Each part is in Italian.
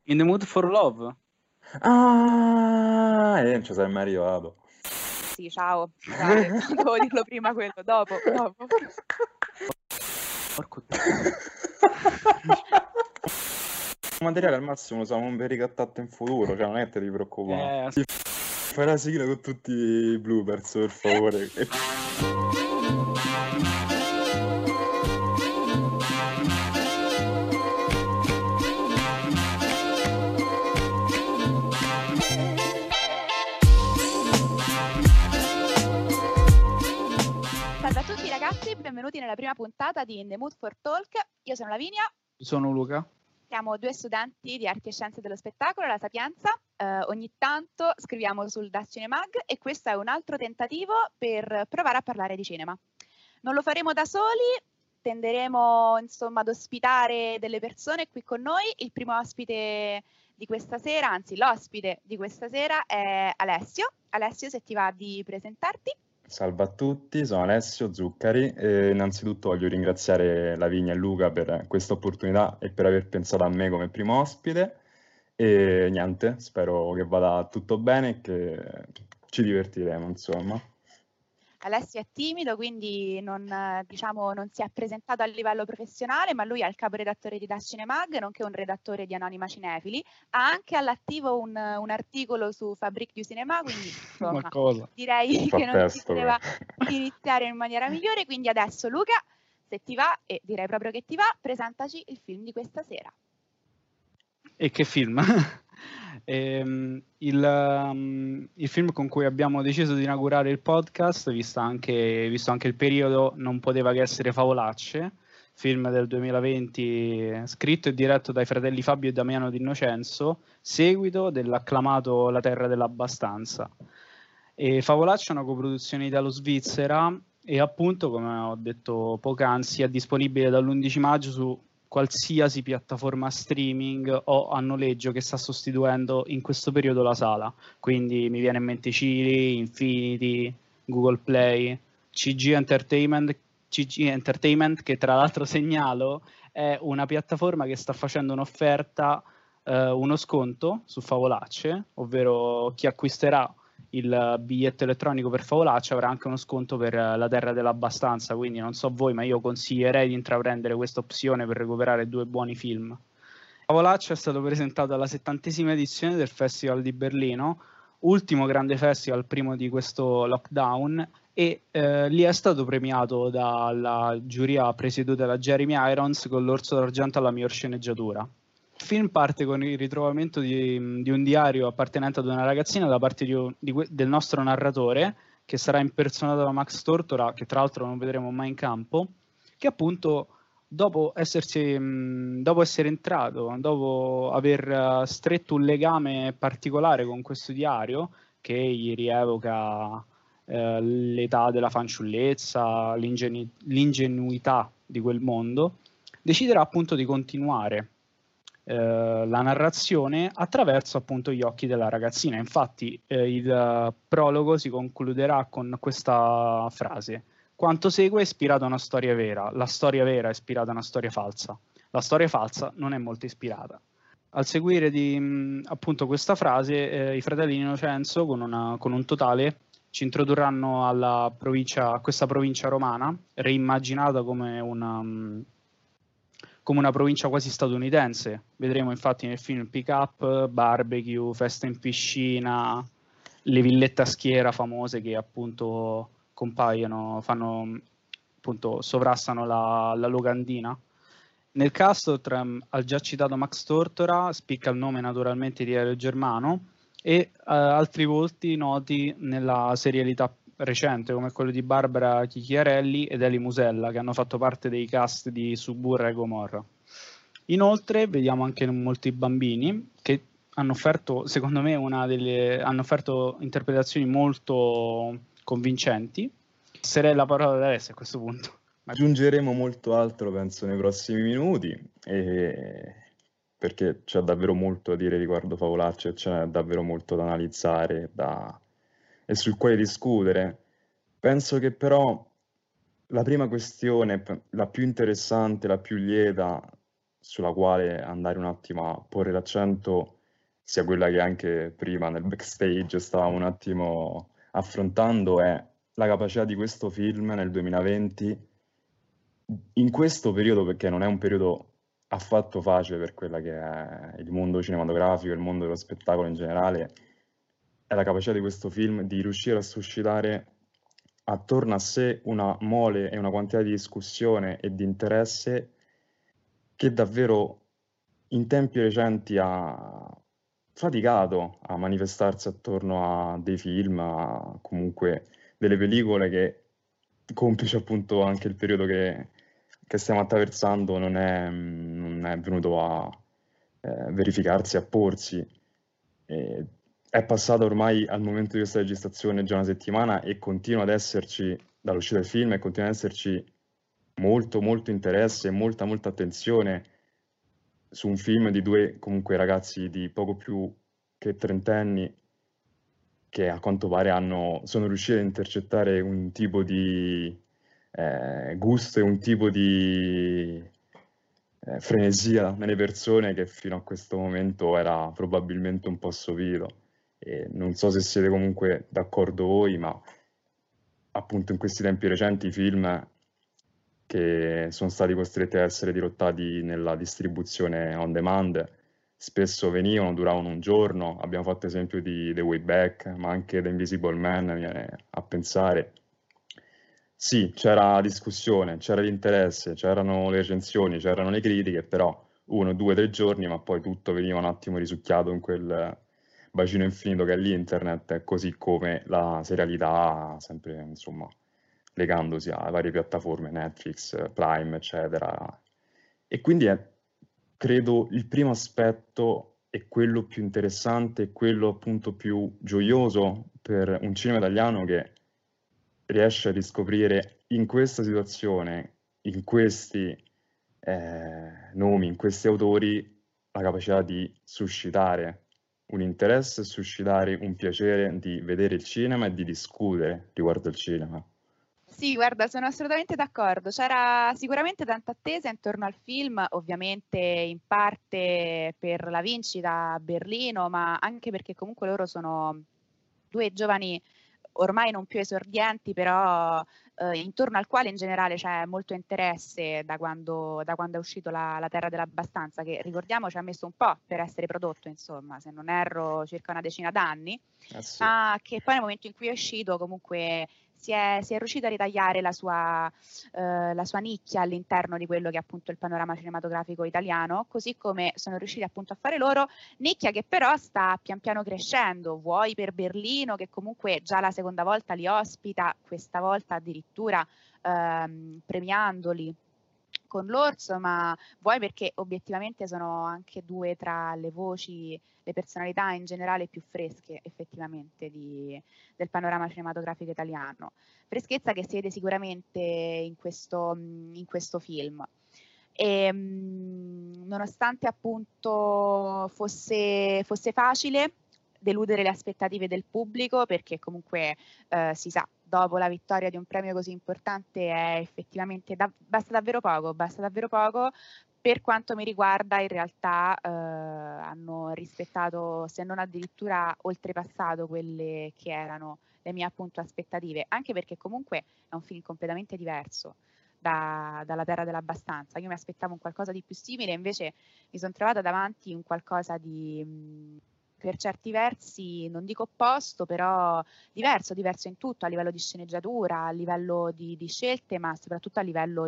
In the Mood for Love. Ah, non ci sarei mai arrivato. Sì, ciao, scusate, dovevo dirlo prima quello, dopo. Porco Materiale al massimo lo usiamo per ricattato in futuro, cioè non è che ti devi preoccupare. Fai la sigla con tutti i bloopers, per favore. Salve a tutti ragazzi, benvenuti nella prima puntata di In the Mood for Talk. Io sono Lavinia. Sono Luca. Siamo due studenti di Arti e Scienze dello Spettacolo alla Sapienza. Ogni tanto scriviamo sul Das Cinemag e questo è un altro tentativo per provare a parlare di cinema. Non lo faremo da soli, tenderemo insomma ad ospitare delle persone qui con noi. Il primo ospite di questa sera, anzi l'ospite di questa sera è Alessio. Alessio, se ti va di presentarti. Salve a tutti, sono Alessio Zuccari e innanzitutto voglio ringraziare Lavinia e Luca per questa opportunità e per aver pensato a me come primo ospite e niente, spero che vada tutto bene e che ci divertiremo, insomma. Alessio è timido, quindi non si è presentato a livello professionale, ma lui è il caporedattore di Das Cinemag, nonché un redattore di Anonima Cinefili. Ha anche all'attivo un articolo su Fabrique du Cinéma, quindi insomma, direi che non si poteva iniziare in maniera migliore. Quindi adesso Luca, se ti va, e direi proprio che ti va, presentaci il film di questa sera. E che film? Il film con cui abbiamo deciso di inaugurare il podcast, visto anche il periodo, non poteva che essere Favolacce, film del 2020 scritto e diretto dai fratelli Fabio e Damiano D'Innocenzo, seguito dell'acclamato La Terra dell'Abbastanza. E Favolacce è una coproduzione italo-svizzera e appunto, come ho detto poc'anzi, è disponibile dall'11 maggio su qualsiasi piattaforma streaming o a noleggio che sta sostituendo in questo periodo la sala. Quindi mi viene in mente Cili, Infinity, Google Play, CG Entertainment, che tra l'altro segnalo è una piattaforma che sta facendo un'offerta, uno sconto su Favolacce, ovvero chi acquisterà il biglietto elettronico per Favolaccia avrà anche uno sconto per La Terra dell'Abbastanza, quindi non so voi, ma io consiglierei di intraprendere questa opzione per recuperare due buoni film. Favolaccia è stato presentato alla 70ª edizione del Festival di Berlino, ultimo grande festival prima di questo lockdown, e lì è stato premiato dalla giuria presieduta da Jeremy Irons con l'Orso d'Argento alla miglior sceneggiatura. Il film parte con il ritrovamento di un diario appartenente ad una ragazzina da parte del nostro narratore, che sarà impersonato da Max Tortora, che tra l'altro non vedremo mai in campo, che appunto dopo essere entrato, dopo aver stretto un legame particolare con questo diario, che gli rievoca l'età della fanciullezza, l'ingenuità di quel mondo, deciderà appunto di continuare la narrazione attraverso appunto gli occhi della ragazzina. Infatti il prologo si concluderà con questa frase: quanto segue è ispirato a una storia vera, la storia vera è ispirata a una storia falsa, la storia falsa non è molto ispirata. Al seguire di appunto questa frase, i fratelli Innocenzo con un totale ci introdurranno a questa provincia romana, reimmaginata come una provincia quasi statunitense. Vedremo infatti nel film Pick Up, barbecue, festa in piscina, le villette a schiera famose che appunto compaiono, sovrastano la locandina. Nel cast, al già citato Max Tortora, spicca il nome naturalmente di Elio Germano e altri volti noti nella serialità recente come quello di Barbara Chicchiarelli ed Eli Musella, che hanno fatto parte dei cast di Suburra e Gomorra. Inoltre vediamo anche molti bambini che hanno offerto, secondo me, hanno offerto interpretazioni molto convincenti. Passerei la parola ad Alessio a questo punto. Aggiungeremo molto altro, penso, nei prossimi minuti, perché c'è davvero molto da dire riguardo Favolacce, c'è davvero molto da analizzare e sul quale discutere. Penso che però la prima questione, la più interessante, la più lieta, sulla quale andare un attimo a porre l'accento sia quella che anche prima nel backstage stavamo un attimo affrontando, è la capacità di questo film nel 2020, in questo periodo, perché non è un periodo affatto facile per quella che è il mondo cinematografico, il mondo dello spettacolo in generale, è la capacità di questo film di riuscire a suscitare attorno a sé una mole e una quantità di discussione e di interesse che davvero in tempi recenti ha faticato a manifestarsi attorno a dei film, a comunque delle pellicole che, complice appunto anche il periodo che stiamo attraversando, non è venuto a verificarsi, a porsi. E è passata ormai al momento di questa registrazione già una settimana e continua ad esserci, dall'uscita del film, e continua ad esserci molto, molto interesse e molta, molta attenzione su un film di due comunque ragazzi di poco più che trentenni che a quanto pare sono riusciti a intercettare un tipo di gusto e un tipo di frenesia nelle persone che fino a questo momento era probabilmente un po' sopito. E non so se siete comunque d'accordo voi, ma appunto in questi tempi recenti i film che sono stati costretti a essere dirottati nella distribuzione on demand spesso venivano, duravano un giorno. Abbiamo fatto esempio di The Way Back, ma anche The Invisible Man, mi viene a pensare. Sì, c'era discussione, c'era l'interesse, c'erano le recensioni, c'erano le critiche, però 1, 2, 3 giorni, ma poi tutto veniva un attimo risucchiato in quel bacino infinito che è l'internet, così come la serialità, sempre insomma legandosi a varie piattaforme, Netflix, Prime, eccetera. E quindi credo il primo aspetto è quello più interessante, è quello appunto più gioioso per un cinema italiano che riesce a riscoprire in questa situazione, in questi nomi, in questi autori, la capacità di suscitare un interesse, suscitare un piacere di vedere il cinema e di discutere riguardo il cinema. Sì, guarda, sono assolutamente d'accordo. C'era sicuramente tanta attesa intorno al film, ovviamente in parte per la vincita a Berlino, ma anche perché comunque loro sono due giovani ormai non più esordienti, però intorno al quale in generale c'è molto interesse da quando è uscito la Terra dell'Abbastanza, che ricordiamo ci ha messo un po' per essere prodotto, insomma, se non erro circa una decina d'anni, Sì. ma che poi nel momento in cui è uscito comunque si è riuscito a ritagliare la sua nicchia all'interno di quello che è appunto il panorama cinematografico italiano, così come sono riusciti appunto a fare loro, nicchia che però sta pian piano crescendo, vuoi per Berlino che comunque già la seconda volta li ospita, questa volta addirittura premiandoli con l'Orso, ma vuoi perché obiettivamente sono anche due tra le voci, le personalità in generale più fresche effettivamente del panorama cinematografico italiano. Freschezza che si vede sicuramente in questo film. E, nonostante appunto fosse facile deludere le aspettative del pubblico, perché comunque si sa, dopo la vittoria di un premio così importante è effettivamente basta davvero poco. Per quanto mi riguarda in realtà hanno rispettato, se non addirittura oltrepassato quelle che erano le mie appunto aspettative, anche perché comunque è un film completamente diverso dalla Terra dell'Abbastanza. Io mi aspettavo un qualcosa di più simile, invece mi sono trovata davanti un qualcosa di per certi versi, non dico opposto, però diverso in tutto, a livello di sceneggiatura, a livello di scelte, ma soprattutto a livello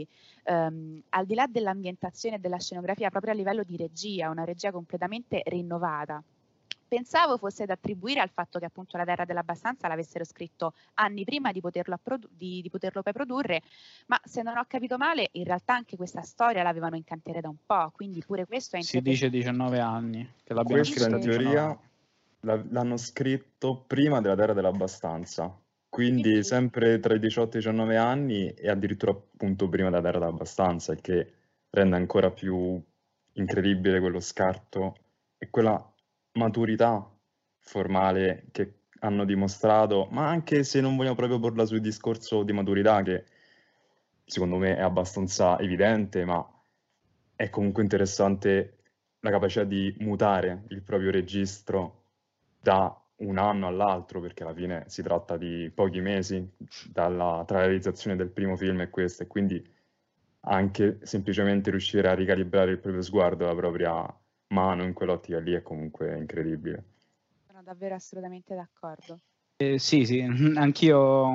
al di là dell'ambientazione e della scenografia, proprio a livello di regia, una regia completamente rinnovata. Pensavo fosse da attribuire al fatto che appunto La Terra dell'Abbastanza l'avessero scritto anni prima di poterlo poi produrre, ma se non ho capito male, in realtà anche questa storia l'avevano in cantiere da un po', quindi pure questo è Si dice 19 anni, che l'abbiamo Questo in teoria l'hanno scritto prima della Terra dell'Abbastanza, quindi sempre tra i 18 e i 19 anni e addirittura appunto prima della Terra dell'Abbastanza, il che rende ancora più incredibile quello scarto e quella maturità formale che hanno dimostrato, ma anche se non vogliamo proprio porla sul discorso di maturità, che secondo me è abbastanza evidente, ma è comunque interessante la capacità di mutare il proprio registro da un anno all'altro, perché alla fine si tratta di pochi mesi tra la realizzazione del primo film e questo, e quindi anche semplicemente riuscire a ricalibrare il proprio sguardo, la propria mano in quell'ottica lì è comunque incredibile. Sono davvero assolutamente d'accordo. Sì, anch'io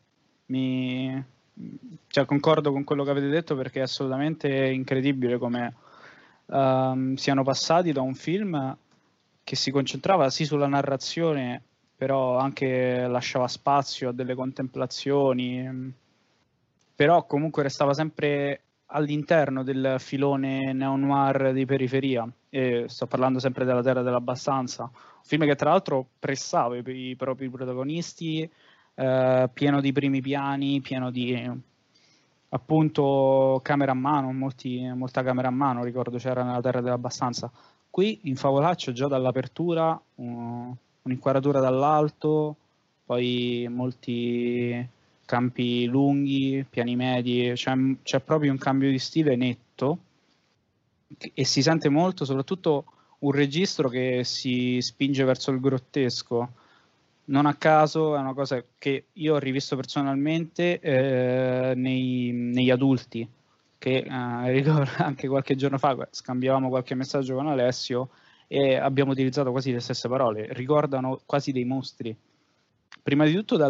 concordo con quello che avete detto, perché è assolutamente incredibile come siano passati da un film che si concentrava sì sulla narrazione, però anche lasciava spazio a delle contemplazioni, però comunque restava sempre all'interno del filone neo-noir di periferia, e sto parlando sempre della Terra dell'Abbastanza, un film che tra l'altro pressava i propri protagonisti, pieno di primi piani, pieno di appunto camera a mano, molta camera a mano, ricordo c'era nella Terra dell'Abbastanza. Qui in Favolaccio già dall'apertura un'inquadratura dall'alto, poi molti campi lunghi, piani medi, c'è proprio un cambio di stile netto e si sente molto, soprattutto un registro che si spinge verso il grottesco. Non a caso è una cosa che io ho rivisto personalmente negli adulti, che ricordo anche qualche giorno fa scambiavamo qualche messaggio con Alessio e abbiamo utilizzato quasi le stesse parole, ricordano quasi dei mostri. Prima di tutto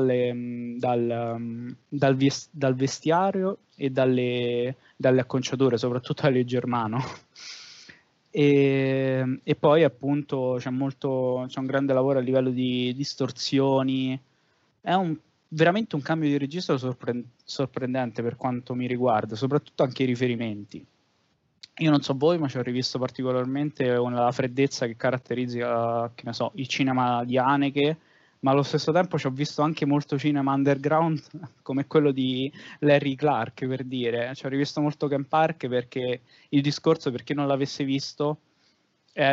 dal vestiario e dalle acconciature, soprattutto alle Germano. E poi appunto c'è un grande lavoro a livello di distorsioni. È veramente un cambio di registro sorprendente per quanto mi riguarda, soprattutto anche i riferimenti. Io non so voi, ma ci ho rivisto particolarmente la freddezza che caratterizza, che ne so, il cinema di Haneke, ma allo stesso tempo ci ho visto anche molto cinema underground, come quello di Larry Clark, per dire. Ci ho rivisto molto Ken Park, perché il discorso, per chi non l'avesse visto, è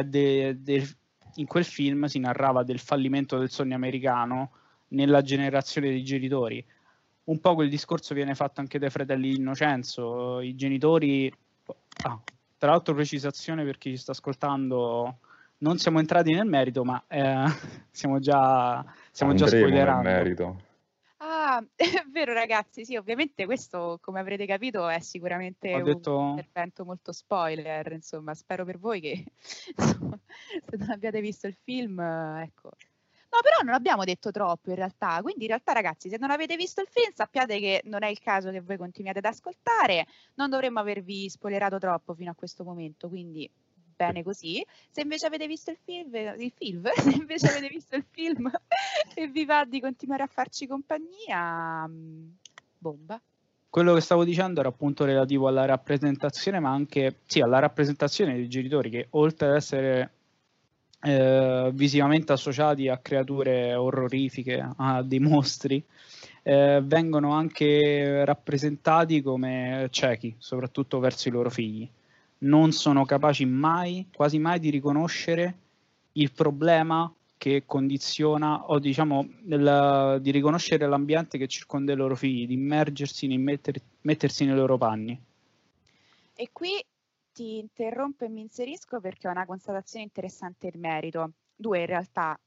in quel film si narrava del fallimento del sogno americano nella generazione dei genitori. Un po' quel discorso viene fatto anche dai fratelli di Innocenzo. I genitori... tra l'altro, precisazione per chi ci sta ascoltando, non siamo entrati nel merito, ma stiamo già Andremo nel spoilerando. merito. Ah, è vero ragazzi, sì, ovviamente questo, come avrete capito, è sicuramente un intervento molto spoiler, insomma, spero per voi che insomma, se non abbiate visto il film, ecco. No, però non abbiamo detto troppo in realtà, quindi in realtà ragazzi, se non avete visto il film sappiate che non è il caso che voi continuiate ad ascoltare, non dovremmo avervi spoilerato troppo fino a questo momento, quindi bene così. Se invece avete visto il film se invece avete visto il film e vi va di continuare a farci compagnia, bomba. Quello che stavo dicendo era appunto relativo alla rappresentazione, ma anche alla rappresentazione dei genitori, che oltre ad essere visivamente associati a creature orrorifiche, a dei mostri, vengono anche rappresentati come ciechi, soprattutto verso i loro figli. Non sono capaci quasi mai di riconoscere il problema che condiziona, o diciamo di riconoscere l'ambiente che circonda i loro figli, di immergersi, mettersi nei loro panni. E qui ti interrompo e mi inserisco perché ho una constatazione interessante in merito. Due in realtà,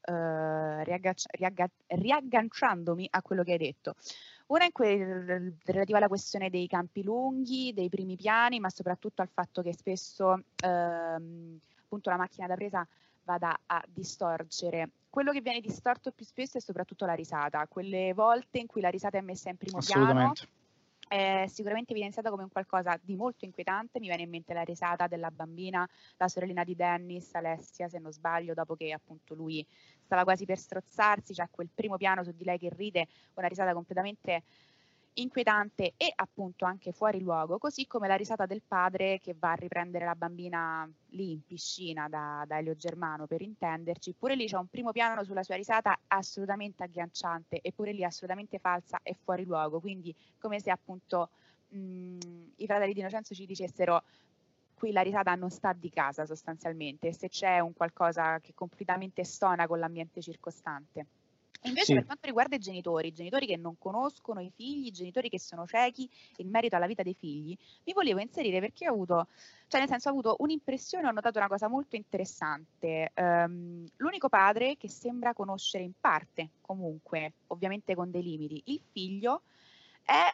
riagganciandomi a quello che hai detto. Una è relativa alla questione dei campi lunghi, dei primi piani, ma soprattutto al fatto che spesso appunto la macchina da presa vada a distorcere. Quello che viene distorto più spesso è soprattutto la risata, quelle volte in cui la risata è messa in primo piano. È sicuramente evidenziata come un qualcosa di molto inquietante. Mi viene in mente la risata della bambina, la sorellina di Dennis, Alessia se non sbaglio, dopo che appunto lui stava quasi per strozzarsi, c'è quel primo piano su di lei che ride, una risata completamente inquietante e appunto anche fuori luogo, così come la risata del padre che va a riprendere la bambina lì in piscina da Elio Germano, per intenderci. Pure lì c'è un primo piano sulla sua risata assolutamente agghiacciante, eppure lì assolutamente falsa e fuori luogo, quindi come se appunto i fratelli di Innocenzo ci dicessero: qui la risata non sta di casa sostanzialmente, se c'è un qualcosa che completamente stona con l'ambiente circostante. Invece Sì. per quanto riguarda i genitori che non conoscono i figli, i genitori che sono ciechi in merito alla vita dei figli, mi volevo inserire perché ho avuto, cioè nel senso ho avuto un'impressione, ho notato una cosa molto interessante. L'unico padre che sembra conoscere in parte, comunque, ovviamente con dei limiti, il figlio è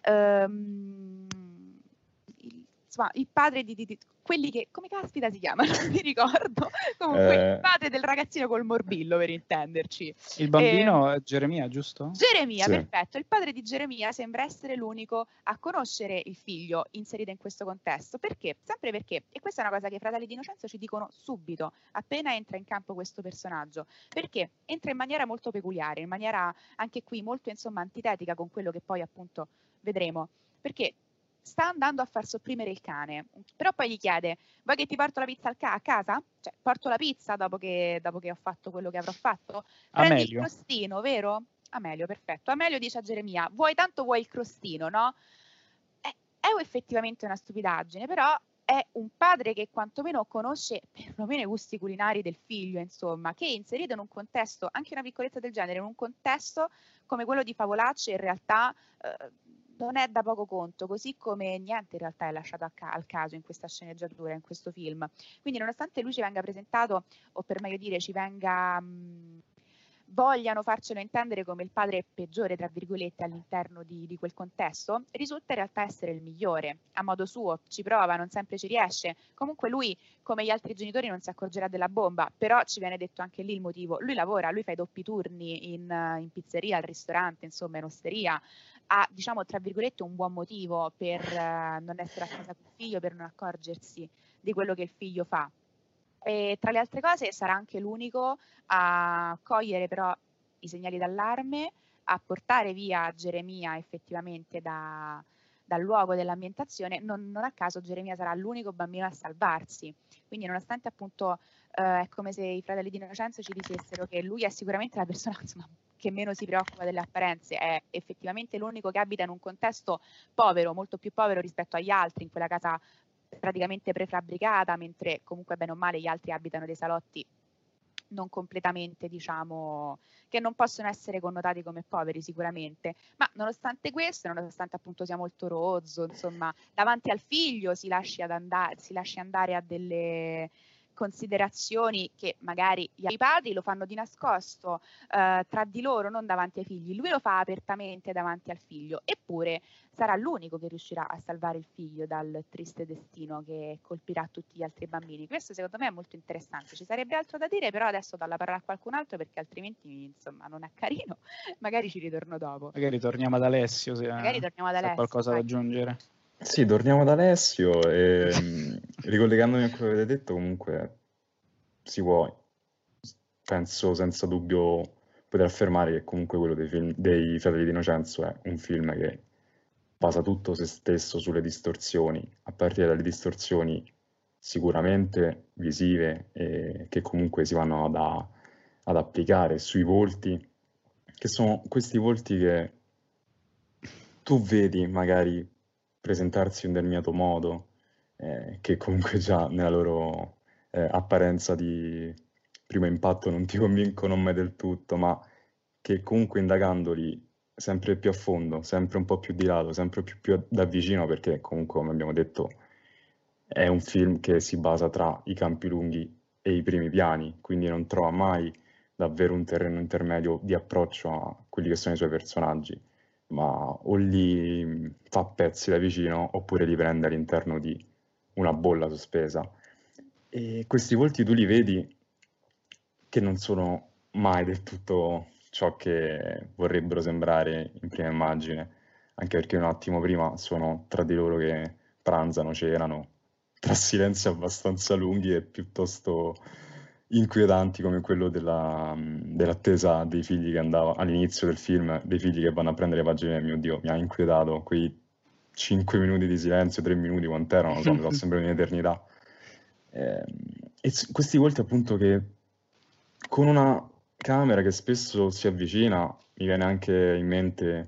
insomma, il padre di quelli che, come caspita si chiamano? Non mi ricordo. Comunque, il padre del ragazzino col morbillo, per intenderci. Il bambino è Geremia, giusto? Geremia, Sì. perfetto. Il padre di Geremia sembra essere l'unico a conoscere il figlio inserito in questo contesto. Perché? Sempre perché, e questa è una cosa che i Fratelli d'Innocenzo ci dicono subito, appena entra in campo questo personaggio, perché entra in maniera molto peculiare, in maniera anche qui molto insomma antitetica con quello che poi appunto vedremo, perché sta andando a far sopprimere il cane, però poi gli chiede: vuoi che ti porto la pizza a casa? Cioè, porto la pizza dopo che ho fatto quello che avrò fatto? Prendi il Amelio. crostino, vero? Amelio, perfetto. Amelio dice a Geremia: vuoi il crostino, no? È effettivamente una stupidaggine, però è un padre che quantomeno conosce perlomeno i gusti culinari del figlio, insomma, che inserito in un contesto, anche una piccolezza del genere, in un contesto come quello di Favolacci, in realtà non è da poco conto, così come niente in realtà è lasciato al caso in questa sceneggiatura, in questo film. Quindi nonostante lui ci venga presentato, o per meglio dire ci venga vogliano farcelo intendere come il padre peggiore, tra virgolette, all'interno di quel contesto, risulta in realtà essere il migliore, a modo suo, ci prova, non sempre ci riesce. Comunque lui, come gli altri genitori, non si accorgerà della bomba, però ci viene detto anche lì il motivo. Lui lavora, lui fa i doppi turni in pizzeria, al ristorante, insomma, in osteria, ha, diciamo, tra virgolette, un buon motivo per non essere a casa con il figlio, per non accorgersi di quello che il figlio fa. E tra le altre cose sarà anche l'unico a cogliere però i segnali d'allarme, a portare via Geremia effettivamente dal luogo dell'ambientazione. Non a caso Geremia sarà l'unico bambino a salvarsi, quindi nonostante appunto è come se i Fratelli d'Innocenzo ci dicessero che lui è sicuramente la persona insomma, che meno si preoccupa delle apparenze, è effettivamente l'unico che abita in un contesto povero, molto più povero rispetto agli altri, in quella casa praticamente prefabbricata, mentre comunque bene o male gli altri abitano dei salotti non completamente, diciamo, che non possono essere connotati come poveri sicuramente, ma nonostante questo, nonostante appunto sia molto rozzo, insomma, davanti al figlio si lasci andare a delle considerazioni che magari i padri lo fanno di nascosto tra di loro, non davanti ai figli, lui lo fa apertamente davanti al figlio, eppure sarà l'unico che riuscirà a salvare il figlio dal triste destino che colpirà tutti gli altri bambini. Questo secondo me è molto interessante, ci sarebbe altro da dire, però adesso do la parola a qualcun altro perché altrimenti insomma non è carino, magari ci ritorno dopo. Magari torniamo ad Alessio se Magari torniamo ad ha Alessio, qualcosa da vai. aggiungere. Sì, torniamo ad Alessio e ricollegandomi a quello che avete detto, comunque si può, penso senza dubbio, poter affermare che comunque quello dei Fratelli d'Innocenzo è un film che basa tutto se stesso sulle distorsioni, a partire dalle distorsioni sicuramente visive e che comunque si vanno ad applicare sui volti, che sono questi volti che tu vedi magari presentarsi in un determinato modo, che comunque già nella loro apparenza di primo impatto non ti convincono mai del tutto, ma che comunque indagandoli sempre più a fondo, sempre un po' più di lato, sempre più da vicino, perché comunque, come abbiamo detto, è un film che si basa tra i campi lunghi e i primi piani, quindi non trova mai davvero un terreno intermedio di approccio a quelli che sono i suoi personaggi, ma o li fa a pezzi da vicino oppure li prende all'interno di una bolla sospesa. E questi volti tu li vedi che non sono mai del tutto ciò che vorrebbero sembrare in prima immagine, anche perché un attimo prima sono tra di loro che pranzano, cenano, tra silenzi abbastanza lunghi e piuttosto inquietanti come quello dell'attesa dei figli che andava all'inizio del film, dei figli che vanno a prendere le pagine, mio Dio, mi ha inquietato quei 5 minuti di silenzio, 3 minuti, quant'erano, non so, mi sono sempre un'eternità. Questi volti appunto che con una camera che spesso si avvicina, mi viene anche in mente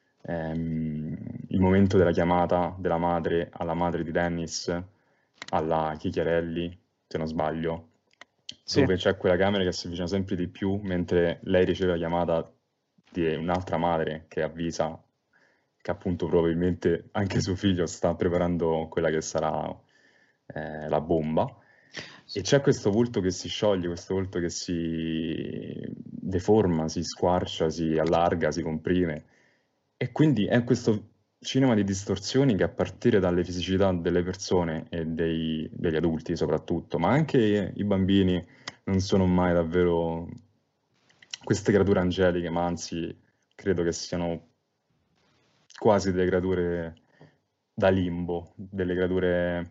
il momento della chiamata della madre alla madre di Dennis, alla Chichiarelli, se non sbaglio, Sì. dove c'è quella camera che si avvicina sempre di più mentre lei riceve la chiamata di un'altra madre che avvisa che appunto probabilmente anche suo figlio sta preparando quella che sarà la bomba. E c'è questo volto che si scioglie, questo volto che si deforma, si squarcia, si allarga, si comprime. E quindi è questo cinema di distorsioni che a partire dalle fisicità delle persone e degli adulti soprattutto, ma anche i bambini non sono mai davvero queste creature angeliche, ma anzi credo che siano quasi delle creature da limbo, delle creature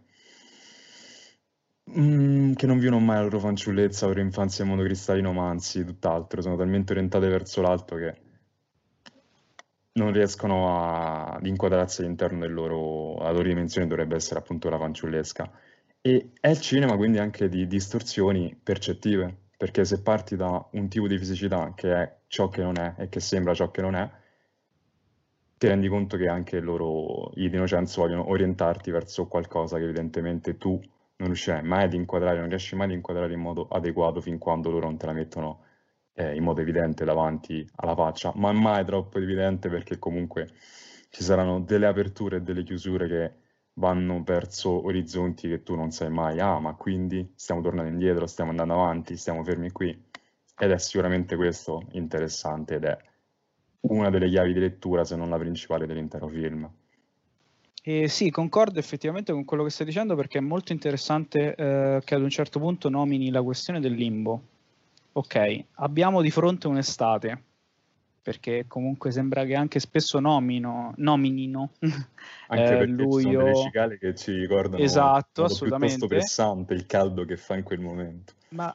che non vivono mai la loro fanciullezza, la loro infanzia in modo cristallino, ma anzi tutt'altro, sono talmente orientate verso l'alto che non riescono ad inquadrarsi all'interno la loro dimensione dovrebbe essere appunto la fanciullesca. E è il cinema quindi anche di distorsioni percettive, perché se parti da un tipo di fisicità che è ciò che non è e che sembra ciò che non è, ti rendi conto che anche loro, i Di Innocenzo, vogliono orientarti verso qualcosa che evidentemente tu non riuscirai mai ad inquadrare, non riesci mai ad inquadrare in modo adeguato fin quando loro non te la mettono in modo evidente davanti alla faccia, ma mai troppo evidente perché comunque ci saranno delle aperture e delle chiusure che vanno verso orizzonti che tu non sai mai, ma quindi stiamo tornando indietro, stiamo andando avanti, stiamo fermi qui. Ed è sicuramente questo interessante ed è una delle chiavi di lettura, se non la principale, dell'intero film. Sì, concordo effettivamente con quello che stai dicendo perché è molto interessante che ad un certo punto nomini la questione del limbo. Ok, abbiamo di fronte un'estate, perché comunque sembra che anche spesso nominino Anche perché ci sono delle luglio, cicale che ci ricordano in esatto, modo piuttosto assolutamente, pressante il caldo che fa in quel momento. ma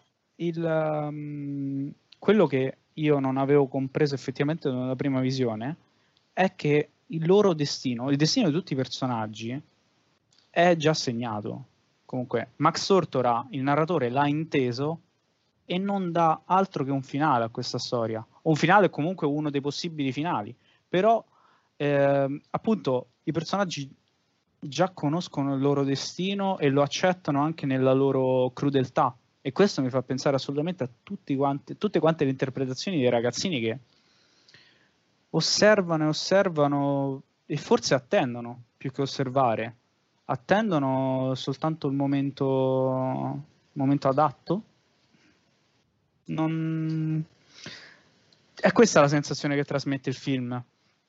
quello che io non avevo compreso effettivamente nella prima visione è che il loro destino, il destino di tutti i personaggi è già segnato. Comunque Max Tortora, il narratore, l'ha inteso e non dà altro che un finale a questa storia. Un finale è comunque uno dei possibili finali, però appunto i personaggi già conoscono il loro destino e lo accettano anche nella loro crudeltà. E questo mi fa pensare assolutamente a tutte quante le interpretazioni dei ragazzini che osservano e forse attendono più che osservare. Attendono soltanto il momento adatto. È questa la sensazione che trasmette il film.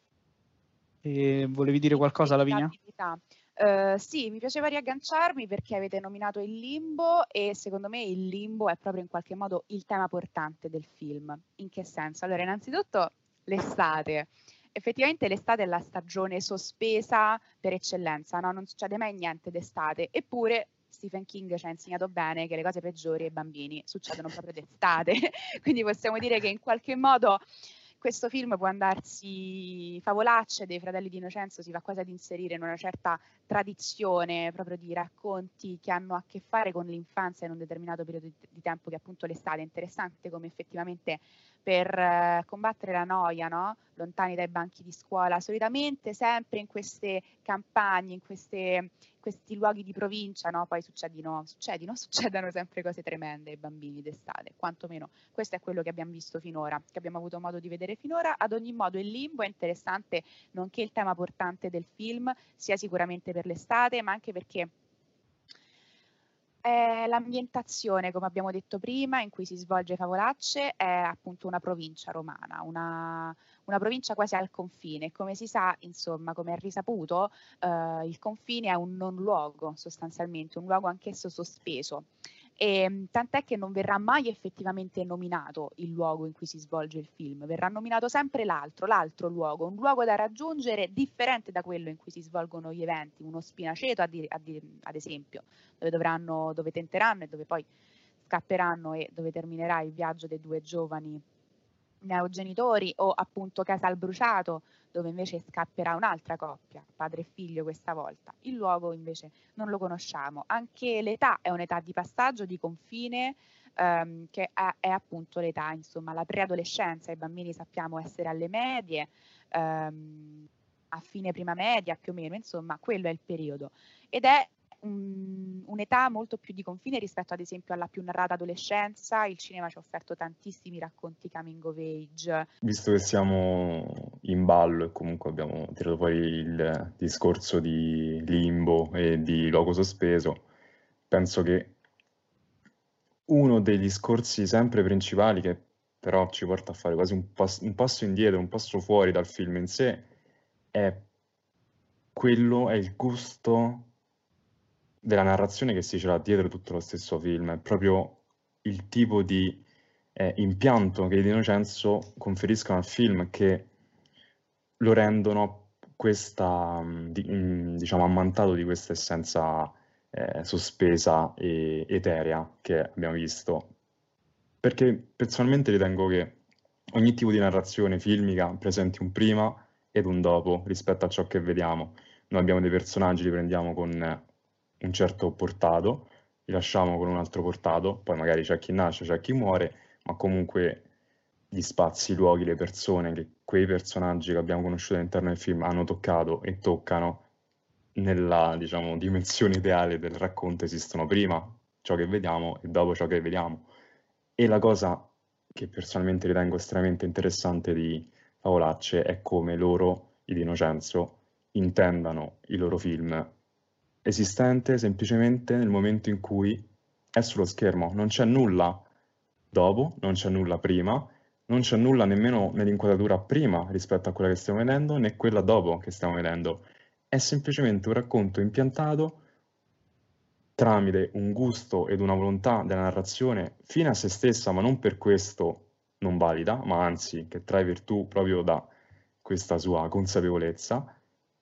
E volevi dire qualcosa, Lavinia? Sì, mi piaceva riagganciarmi perché avete nominato il limbo e secondo me il limbo è proprio in qualche modo il tema portante del film. In che senso? Allora, innanzitutto l'estate. Effettivamente l'estate è la stagione sospesa per eccellenza, no? Non succede mai niente d'estate, eppure Stephen King ci ha insegnato bene che le cose peggiori ai bambini succedono proprio d'estate, quindi possiamo dire che in qualche modo questo film può andarsi favolacce dei Fratelli di Innocenzo, si va quasi ad inserire in una certa tradizione proprio di racconti che hanno a che fare con l'infanzia in un determinato periodo di tempo che è appunto l'estate. È interessante come effettivamente per combattere la noia, no? Lontani dai banchi di scuola, solitamente sempre in queste campagne, in questi luoghi di provincia, no? Poi succedono sempre cose tremende ai bambini d'estate, quantomeno questo è quello che abbiamo visto finora, che abbiamo avuto modo di vedere finora. Ad ogni modo il limbo è interessante, nonché il tema portante del film, sia sicuramente per l'estate, ma anche perché l'ambientazione, come abbiamo detto prima, in cui si svolge Favolacce è appunto una provincia romana, una provincia quasi al confine. Come si sa, insomma, come è risaputo, il confine è un non luogo sostanzialmente, un luogo anch'esso sospeso. E tant'è che non verrà mai effettivamente nominato il luogo in cui si svolge il film, verrà nominato sempre l'altro luogo, un luogo da raggiungere differente da quello in cui si svolgono gli eventi, uno spinaceto ad esempio, dove tenteranno e dove poi scapperanno e dove terminerà il viaggio dei due giovani neogenitori, o appunto Casal Bruciato, dove invece scapperà un'altra coppia, padre e figlio questa volta. Il luogo invece non lo conosciamo. Anche l'età è un'età di passaggio, di confine, che è appunto l'età, insomma, la preadolescenza. I bambini sappiamo essere alle medie, a fine prima media più o meno, insomma, quello è il periodo. Ed è un'età molto più di confine rispetto ad esempio alla più narrata adolescenza. Il cinema ci ha offerto tantissimi racconti coming of age. Visto che siamo in ballo e comunque abbiamo tirato fuori il discorso di limbo e di luogo sospeso, penso che uno dei discorsi sempre principali che però ci porta a fare quasi un passo indietro, un passo fuori dal film in sé, è il gusto della narrazione che si ce l'ha dietro tutto lo stesso film, è proprio il tipo di impianto che i Di Innocenzo conferiscono al film che lo rendono diciamo, ammantato di questa essenza sospesa e eterea che abbiamo visto. Perché personalmente ritengo che ogni tipo di narrazione filmica presenti un prima ed un dopo rispetto a ciò che vediamo. Noi abbiamo dei personaggi, li prendiamo con un certo portato, li lasciamo con un altro portato, poi magari c'è chi nasce, c'è chi muore, ma comunque gli spazi, i luoghi, le persone, che quei personaggi che abbiamo conosciuto all'interno del film hanno toccato e toccano nella, diciamo, dimensione ideale del racconto esistono prima ciò che vediamo e dopo ciò che vediamo. E la cosa che personalmente ritengo estremamente interessante di Favolacce è come loro, i Di Innocenzo, intendano il loro film esistente semplicemente nel momento in cui è sullo schermo. Non c'è nulla dopo, non c'è nulla prima, non c'è nulla nemmeno nell'inquadratura prima rispetto a quella che stiamo vedendo, né quella dopo che stiamo vedendo. È semplicemente un racconto impiantato tramite un gusto ed una volontà della narrazione fine a se stessa, ma non per questo non valida, ma anzi che trae virtù proprio da questa sua consapevolezza,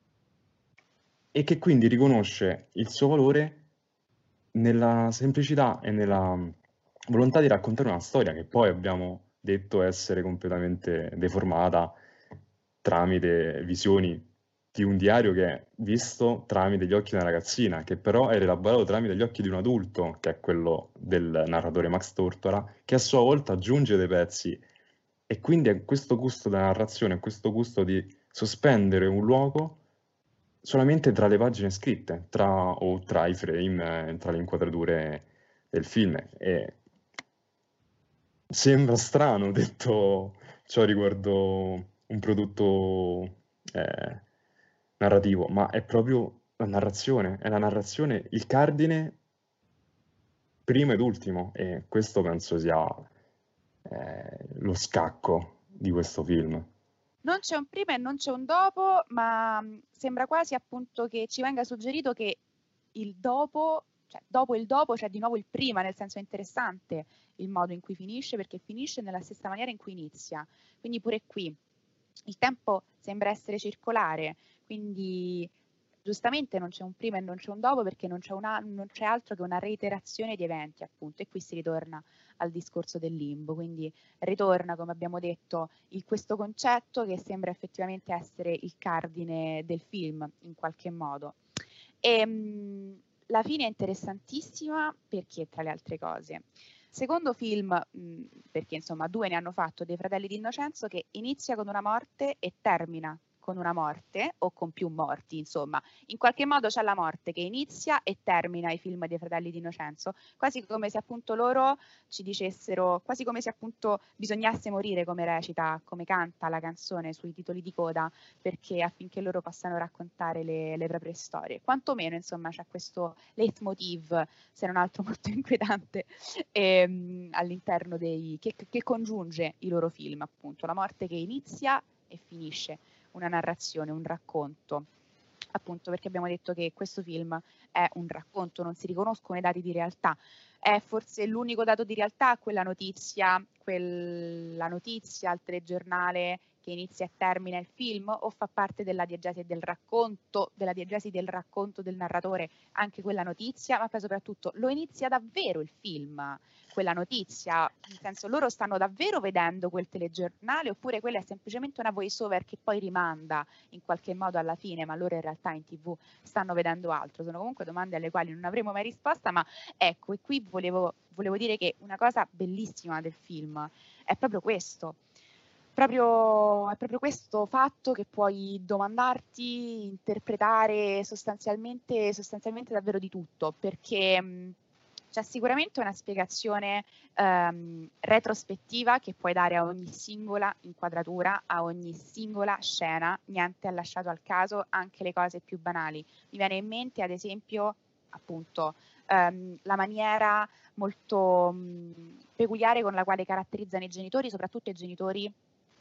e che quindi riconosce il suo valore nella semplicità e nella volontà di raccontare una storia che poi abbiamo detto essere completamente deformata tramite visioni di un diario che è visto tramite gli occhi di una ragazzina, che però è elaborato tramite gli occhi di un adulto, che è quello del narratore Max Tortora, che a sua volta aggiunge dei pezzi. E quindi è questo gusto della narrazione, questo gusto di sospendere un luogo solamente tra le pagine scritte, o tra i frame, tra le inquadrature del film. E sembra strano detto ciò riguardo un prodotto narrativo, ma è proprio la narrazione, è la narrazione il cardine primo ed ultimo, e questo penso sia lo scacco di questo film. Non c'è un prima e non c'è un dopo, ma sembra quasi appunto che ci venga suggerito che il dopo, cioè dopo il dopo c'è di nuovo il prima, nel senso è interessante il modo in cui finisce, perché finisce nella stessa maniera in cui inizia. Quindi pure qui il tempo sembra essere circolare, quindi giustamente non c'è un prima e non c'è un dopo, perché non c'è altro che una reiterazione di eventi, appunto, e qui si ritorna al discorso del limbo, quindi ritorna, come abbiamo detto, questo concetto che sembra effettivamente essere il cardine del film, in qualche modo. La fine è interessantissima perché, tra le altre cose, secondo film, perché insomma 2 ne hanno fatto, dei Fratelli di Innocenzo, che inizia con una morte e termina con una morte o con più morti, insomma, in qualche modo c'è la morte che inizia e termina i film dei Fratelli di Innocenzo, quasi come se appunto loro ci dicessero, quasi come se appunto bisognasse morire, come recita, come canta la canzone sui titoli di coda, perché affinché loro possano raccontare le proprie storie. Quantomeno, insomma, c'è questo leitmotiv, se non altro molto inquietante, all'interno che congiunge i loro film, appunto, la morte che inizia e finisce una narrazione, un racconto, appunto perché abbiamo detto che questo film è un racconto, non si riconoscono i dati di realtà. È forse l'unico dato di realtà quella notizia al telegiornale che inizia e termina il film, o fa parte della diegesi del racconto del narratore anche quella notizia, ma poi soprattutto lo inizia davvero il film, quella notizia, nel senso loro stanno davvero vedendo quel telegiornale, oppure quella è semplicemente una voice over che poi rimanda in qualche modo alla fine, ma loro in realtà in TV stanno vedendo altro. Sono comunque domande alle quali non avremo mai risposta, ma ecco, e qui volevo dire che una cosa bellissima del film è proprio questo. è proprio questo fatto che puoi domandarti, interpretare sostanzialmente davvero di tutto, perché c'è sicuramente una spiegazione retrospettiva che puoi dare a ogni singola inquadratura, a ogni singola scena, niente è lasciato al caso, anche le cose più banali. Mi viene in mente, ad esempio, appunto, la maniera molto peculiare con la quale caratterizzano i genitori, soprattutto i genitori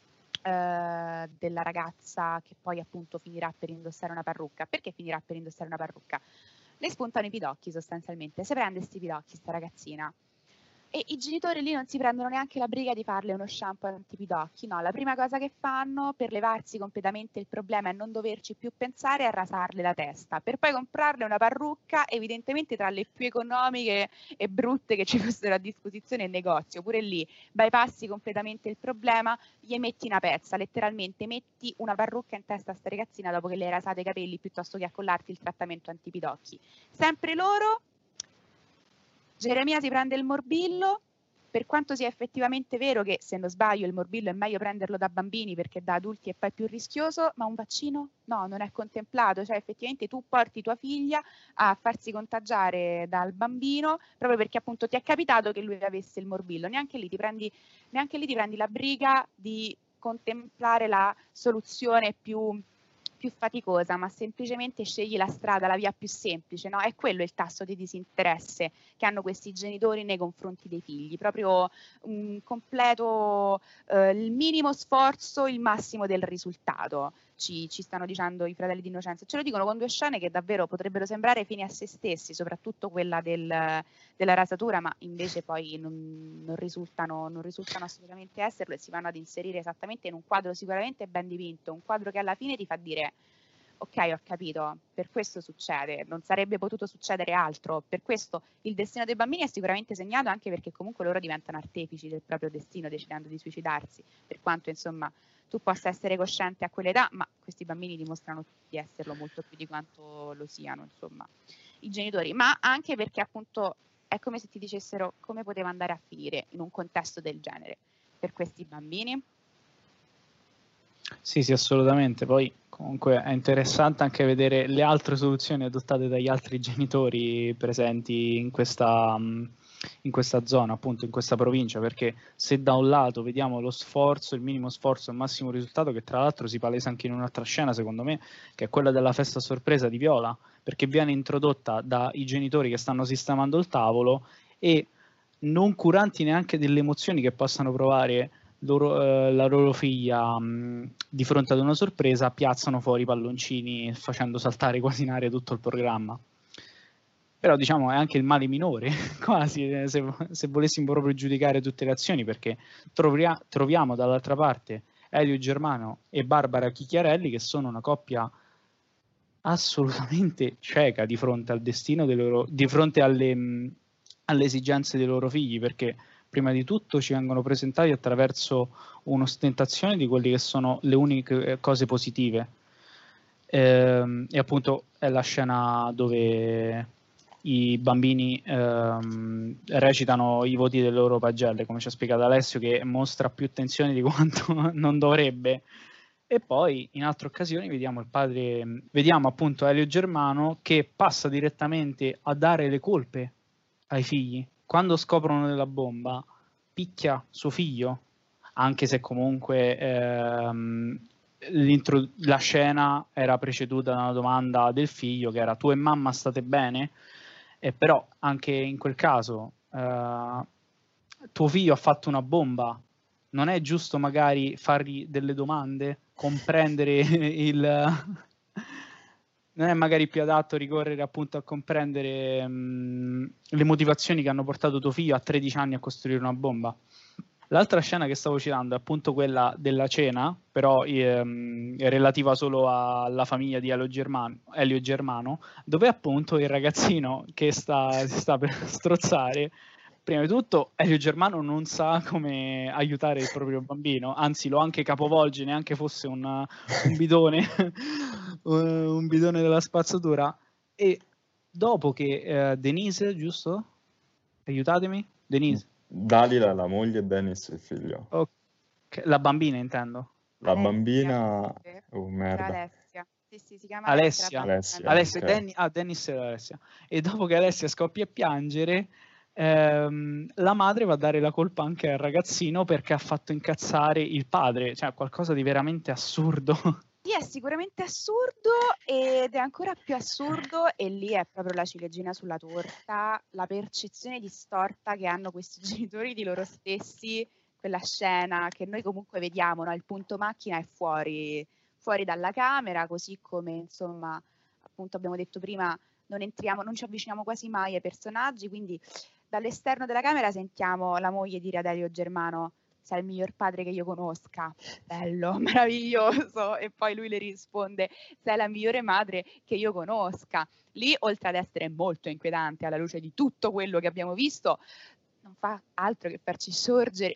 della ragazza che poi appunto finirà per indossare una parrucca. Perché finirà per indossare una parrucca? Le spuntano i pidocchi sostanzialmente, se prende sti pidocchi sta ragazzina. E i genitori lì non si prendono neanche la briga di farle uno shampoo antipidocchi, no, la prima cosa che fanno per levarsi completamente il problema e non doverci più pensare è rasarle la testa, per poi comprarle una parrucca evidentemente tra le più economiche e brutte che ci fossero a disposizione in negozio. Pure lì bypassi completamente il problema, gli metti una pezza, letteralmente metti una parrucca in testa a sta ragazzina dopo che le hai rasato i capelli piuttosto che accollarti il trattamento antipidocchi. Sempre loro. Geremia si prende il morbillo, per quanto sia effettivamente vero che, se non sbaglio, il morbillo è meglio prenderlo da bambini perché da adulti è poi più rischioso, ma un vaccino? No, non è contemplato, cioè effettivamente tu porti tua figlia a farsi contagiare dal bambino proprio perché appunto ti è capitato che lui avesse il morbillo, neanche lì ti prendi la briga di contemplare la soluzione più faticosa, ma semplicemente scegli la strada, la via più semplice, no? È quello il tasso di disinteresse che hanno questi genitori nei confronti dei figli, proprio un completo, il minimo sforzo, il massimo del risultato, ci stanno dicendo i fratelli d'Innocenza. Ce lo dicono con due scene che davvero potrebbero sembrare fini a se stessi, soprattutto quella della rasatura, ma invece poi non risultano assolutamente esserlo e si vanno ad inserire esattamente in un quadro sicuramente ben dipinto, un quadro che alla fine ti fa dire ok, ho capito, per questo succede, non sarebbe potuto succedere altro, per questo il destino dei bambini è sicuramente segnato anche perché comunque loro diventano artefici del proprio destino decidendo di suicidarsi, per quanto insomma tu possa essere cosciente a quell'età, ma questi bambini dimostrano di esserlo molto più di quanto lo siano, insomma, i genitori, ma anche perché appunto è come se ti dicessero come poteva andare a finire in un contesto del genere per questi bambini. Sì, sì, assolutamente. Poi comunque è interessante anche vedere le altre soluzioni adottate dagli altri genitori presenti in questa zona, appunto in questa provincia, perché se da un lato vediamo lo sforzo, il minimo sforzo, il massimo risultato, che tra l'altro si palesa anche in un'altra scena, secondo me, che è quella della festa a sorpresa di Viola, perché viene introdotta dai genitori che stanno sistemando il tavolo e non curanti neanche delle emozioni che possano provare la loro figlia di fronte ad una sorpresa, piazzano fuori i palloncini facendo saltare quasi in aria tutto il programma. Però diciamo è anche il male minore, quasi, se volessimo proprio giudicare tutte le azioni, perché troviamo dall'altra parte Elio Germano e Barbara Chicchiarelli, che sono una coppia assolutamente cieca di fronte al destino di fronte alle esigenze dei loro figli, perché prima di tutto ci vengono presentati attraverso un'ostentazione di quelle che sono le uniche cose positive, e appunto è la scena dove i bambini recitano i voti delle loro pagelle, come ci ha spiegato Alessio, che mostra più tensione di quanto non dovrebbe. E poi in altre occasioni vediamo appunto Elio Germano che passa direttamente a dare le colpe ai figli. Quando scoprono della bomba, picchia suo figlio, anche se comunque la scena era preceduta da una domanda del figlio che era: tu e mamma state bene? E però anche in quel caso tuo figlio ha fatto una bomba, non è giusto magari fargli delle domande, comprendere non è magari più adatto ricorrere appunto a comprendere le motivazioni che hanno portato tuo figlio a 13 anni a costruire una bomba? L'altra scena che stavo citando è appunto quella della cena, però è relativa solo alla famiglia di Elio Germano, dove appunto il ragazzino che si sta per strozzare, prima di tutto Elio Germano non sa come aiutare il proprio bambino, anzi lo anche capovolge, neanche fosse un bidone, un bidone della spazzatura, e dopo che Denise, giusto? Aiutatemi? Denise. Dalila, la moglie, e Dennis il figlio. La bambina intendo. La Alessia, bambina... sì. Oh, C'è merda. Alessia. Sì, si chiama Alessia, la Alessia. bambina. Alessia, Alessia, ok. Dennis e Alessia. E dopo che Alessia scoppia a piangere, la madre va a dare la colpa anche al ragazzino perché ha fatto incazzare il padre, cioè qualcosa di veramente assurdo. Sì, è sicuramente assurdo ed è ancora più assurdo, e lì è proprio la ciliegina sulla torta, la percezione distorta che hanno questi genitori di loro stessi, quella scena che noi comunque vediamo, no? Il punto macchina è fuori dalla camera, così come insomma, appunto abbiamo detto prima, non ci avviciniamo quasi mai ai personaggi, quindi dall'esterno della camera sentiamo la moglie dire ad Elio Germano: sei il miglior padre che io conosca, bello, meraviglioso, e poi lui le risponde: sei la migliore madre che io conosca. Lì, oltre ad essere molto inquietante alla luce di tutto quello che abbiamo visto, non fa altro che farci sorgere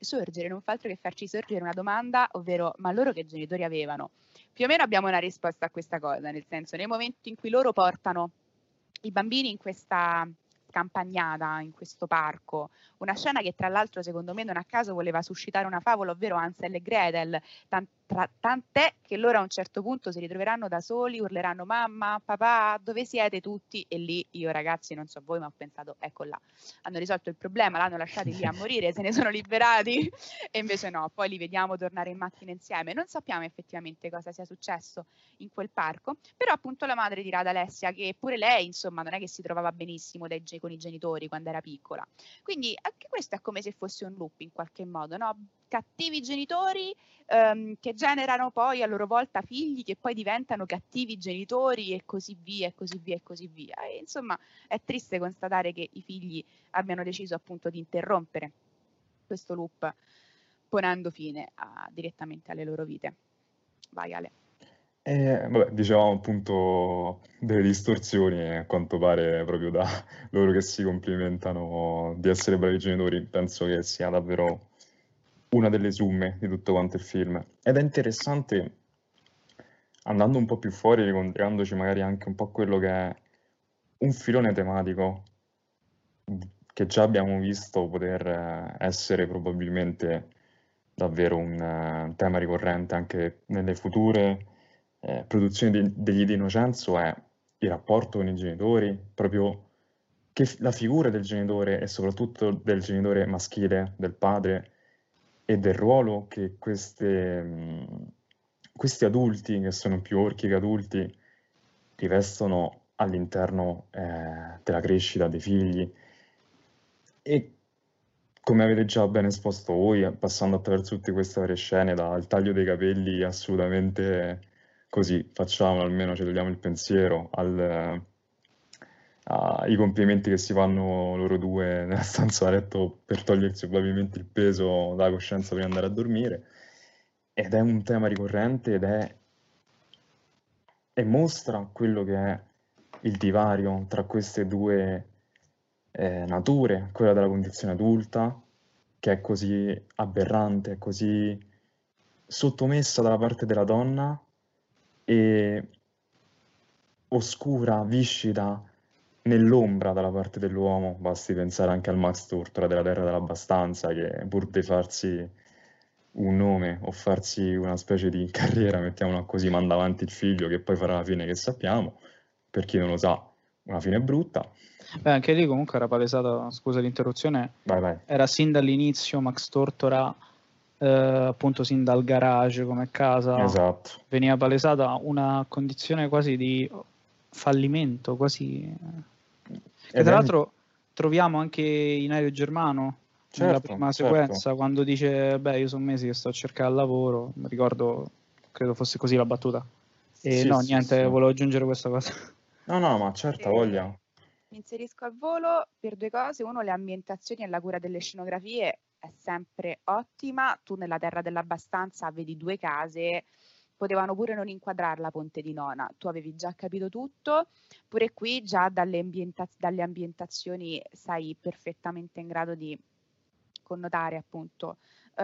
una domanda, ovvero: ma loro che genitori avevano? Più o meno abbiamo una risposta a questa cosa, nel senso, nel momento in cui loro portano i bambini in questa campagnata, in questo parco, una scena che tra l'altro secondo me non a caso voleva suscitare una favola, ovvero Hansel e Gretel, tant'è che loro a un certo punto si ritroveranno da soli, urleranno mamma, papà, dove siete tutti? E lì io, ragazzi, non so voi, ma ho pensato, ecco là, hanno risolto il problema, l'hanno lasciati lì a morire, se ne sono liberati, e invece no, poi li vediamo tornare in macchina insieme. Non sappiamo effettivamente cosa sia successo in quel parco, però appunto la madre dirà ad Alessia che pure lei insomma non è che si trovava benissimo con i genitori quando era piccola, quindi anche questo è come se fosse un loop in qualche modo, no? Cattivi genitori che generano poi a loro volta figli che poi diventano cattivi genitori, e così via e così via e così via, e insomma è triste constatare che i figli abbiano deciso appunto di interrompere questo loop, ponendo fine direttamente alle loro vite. Vai Ale. Vabbè, dicevamo appunto delle distorsioni, e a quanto pare proprio da loro che si complimentano di essere bravi genitori, penso che sia davvero una delle somme di tutto quanto il film. Ed è interessante, andando un po' più fuori, ricontriandoci magari anche un po' quello che è un filone tematico che già abbiamo visto poter essere probabilmente davvero un tema ricorrente anche nelle future produzioni degli Di Innocenzo, è il rapporto con i genitori, proprio la figura del genitore e soprattutto del genitore maschile, del padre, e del ruolo che questi adulti, che sono più orchi che adulti, rivestono all'interno della crescita dei figli. E come avete già ben esposto voi, passando attraverso tutte queste varie scene, dal taglio dei capelli assolutamente così, facciamo, almeno ci togliamo il pensiero, ai complimenti che si fanno loro due nella stanza da letto per togliersi probabilmente il peso dalla coscienza prima di andare a dormire. Ed è un tema ricorrente e mostra quello che è il divario tra queste due nature, quella della condizione adulta, che è così aberrante, è così sottomessa dalla parte della donna e oscura, viscida nell'ombra dalla parte dell'uomo. Basti pensare anche al Max Tortora della Terra dell'Abbastanza, che pur di farsi un nome o farsi una specie di carriera, mettiamola così, manda avanti il figlio che poi farà la fine che sappiamo. Per chi non lo sa, una fine brutta. Beh, anche lì comunque era palesata, scusa l'interruzione, Vai. era sin dall'inizio Max Tortora, appunto sin dal garage come casa, Esatto. veniva palesata una condizione quasi di fallimento, quasi... Che tra l'altro troviamo anche in Elio Germano, nella prima sequenza, quando dice: beh, io sono mesi che sto a cercare lavoro, mi ricordo, credo fosse così la battuta. E sì, no, sì, niente, sì. volevo aggiungere questa cosa. No, ma certa voglia. Mi inserisco al volo per due cose. Uno, le ambientazioni e la cura delle scenografie è sempre ottima. Tu nella Terra dell'Abbastanza vedi due case, potevano pure non inquadrarla Ponte di Nona, tu avevi già capito tutto. Pure qui già dalle ambientazioni sei perfettamente in grado di connotare appunto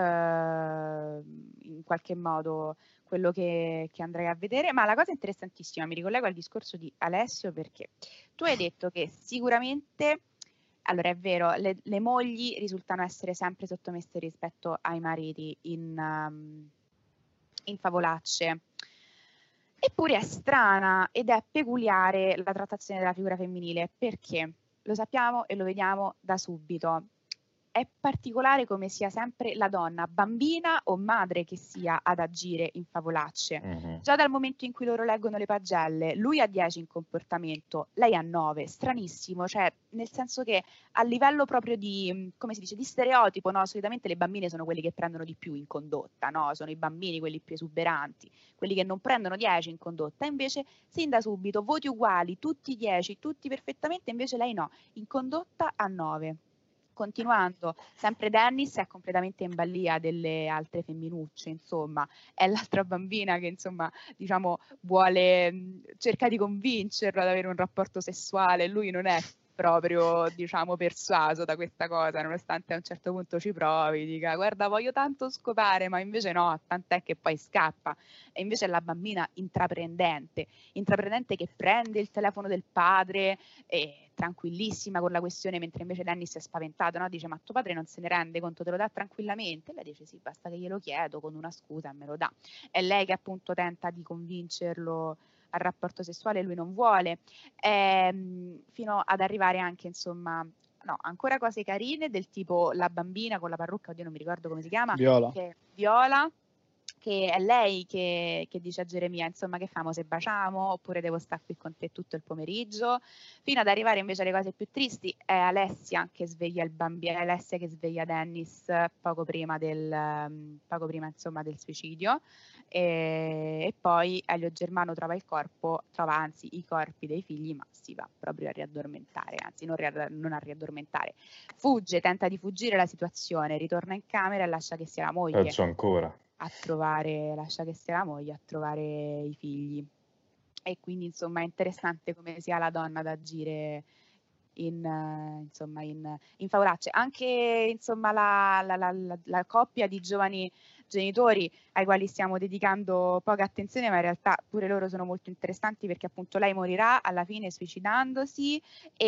in qualche modo quello che andrei a vedere. Ma la cosa interessantissima, mi ricollego al discorso di Alessio, perché tu hai detto che sicuramente Allora, è vero, le mogli risultano essere sempre sottomesse rispetto ai mariti in favolacce. Eppure è strana ed è peculiare la trattazione della figura femminile, perché lo sappiamo e lo vediamo da subito. È particolare come sia sempre la donna, bambina o madre che sia, ad agire in favolacce. Già dal momento in cui loro leggono le pagelle, lui ha 10 in comportamento, lei ha 9, stranissimo, cioè nel senso che a livello proprio di, come si dice, di stereotipo, no? Solitamente le bambine sono quelli che prendono di più in condotta, no? Sono i bambini quelli più esuberanti, quelli che non prendono 10 in condotta, invece sin da subito voti uguali, tutti 10, tutti perfettamente, invece lei no, in condotta a 9. Continuando, sempre Dennis è completamente in balia delle altre femminucce, insomma, è l'altra bambina che insomma, diciamo, cerca di convincerlo ad avere un rapporto sessuale, lui non è proprio, diciamo, persuaso da questa cosa, nonostante a un certo punto ci provi, dica guarda voglio tanto scopare, ma invece no, tant'è che poi scappa. E invece è la bambina intraprendente che prende il telefono del padre e tranquillissima con la questione, mentre invece Dennis è spaventato, no? Dice ma tuo padre non se ne rende conto, te lo dà tranquillamente? E lei dice sì, basta che glielo chiedo con una scusa e me lo dà. È lei che appunto tenta di convincerlo al rapporto sessuale e lui non vuole, fino ad arrivare anche insomma, no, ancora cose carine del tipo la bambina con la parrucca, oddio non mi ricordo come si chiama, Viola. Viola, che è lei che dice a Geremia, insomma, che famo se baciamo oppure devo stare qui con te tutto il pomeriggio, fino ad arrivare invece alle cose più tristi. È Alessia che sveglia il bambino, è Alessia che sveglia Dennis poco prima insomma del suicidio, e poi Elio Germano trova anzi i corpi dei figli, ma si va proprio a riaddormentare, anzi non a riaddormentare, fugge, tenta di fuggire la situazione, ritorna in camera e lascia che sia la moglie Peggio ancora. lascia che sia la moglie a trovare i figli. E quindi insomma è interessante come sia la donna ad agire in favolacce. Anche insomma la coppia di giovani genitori ai quali stiamo dedicando poca attenzione, ma in realtà pure loro sono molto interessanti, perché appunto lei morirà alla fine suicidandosi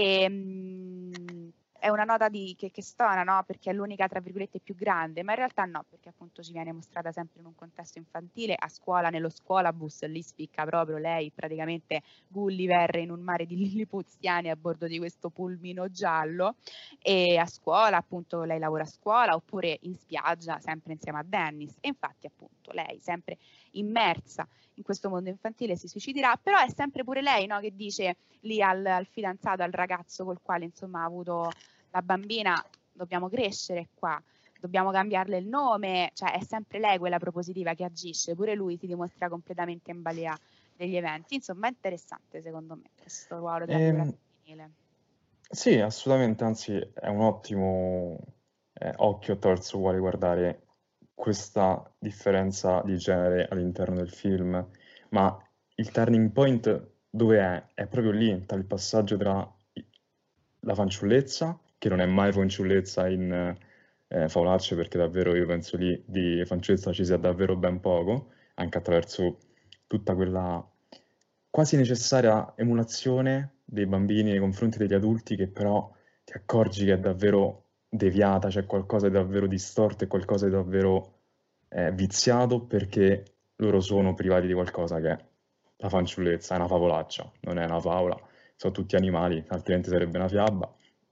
e è una nota che stona, no? Perché è l'unica tra virgolette più grande, ma in realtà no, perché appunto ci viene mostrata sempre in un contesto infantile, a scuola, nello scuolabus, lì spicca proprio lei, praticamente Gulliver in un mare di lillipuziani a bordo di questo pulmino giallo, e a scuola appunto lei lavora a scuola oppure in spiaggia sempre insieme a Dennis, e infatti appunto lei sempre immersa in questo mondo infantile si suiciderà, però è sempre pure lei, no, che dice lì al fidanzato, al ragazzo col quale insomma ha avuto la bambina, dobbiamo crescere qua, dobbiamo cambiarle il nome, cioè è sempre lei quella propositiva che agisce, pure lui si dimostra completamente in balia degli eventi. Insomma è interessante secondo me questo ruolo della figura femminile. Sì, assolutamente, anzi è un ottimo occhio attraverso il quale guardare questa differenza di genere all'interno del film, ma il turning point dove è? È proprio lì, tra il passaggio tra la fanciullezza, che non è mai fanciullezza in favolacce, perché davvero io penso lì di fanciullezza ci sia davvero ben poco, anche attraverso tutta quella quasi necessaria emulazione dei bambini nei confronti degli adulti, che però ti accorgi che è davvero deviata, c'è qualcosa di davvero distorto e qualcosa di davvero viziato, perché loro sono privati di qualcosa che è la fanciullezza, è una favolaccia, non è una favola, sono tutti animali, altrimenti sarebbe una fiaba.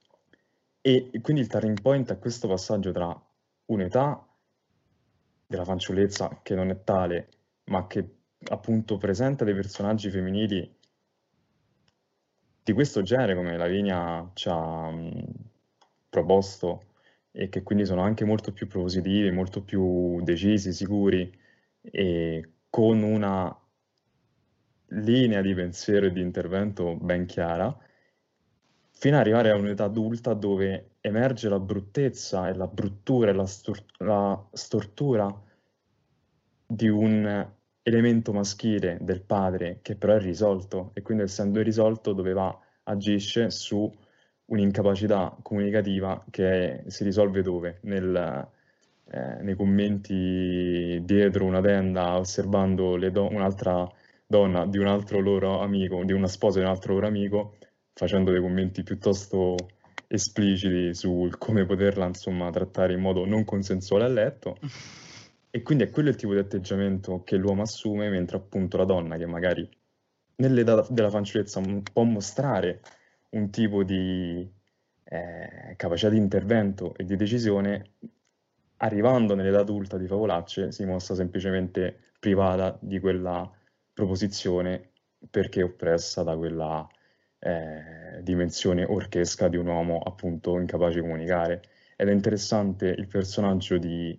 E quindi il turning point è questo passaggio tra un'età della fanciullezza che non è tale, ma che appunto presenta dei personaggi femminili di questo genere, come Lavinia ci ha proposto, e che quindi sono anche molto più propositivi, molto più decisi, sicuri, e con una linea di pensiero e di intervento ben chiara, fino ad arrivare a un'età adulta dove emerge la bruttezza e la bruttura e la stortura di un elemento maschile del padre, che però è risolto, e quindi essendo irrisolto agisce su un'incapacità comunicativa che si risolve dove? Nei commenti dietro una tenda, osservando un'altra donna di un altro loro amico, di una sposa di un altro loro amico, facendo dei commenti piuttosto espliciti sul come poterla, insomma, trattare in modo non consensuale a letto. E quindi è quello il tipo di atteggiamento che l'uomo assume, mentre appunto la donna, che magari nell'età della fanciullezza può mostrare un tipo di capacità di intervento e di decisione, arrivando nell'età adulta di favolacce, si mostra semplicemente privata di quella proposizione perché oppressa da quella dimensione orchesca di un uomo appunto incapace di comunicare. Ed è interessante il personaggio di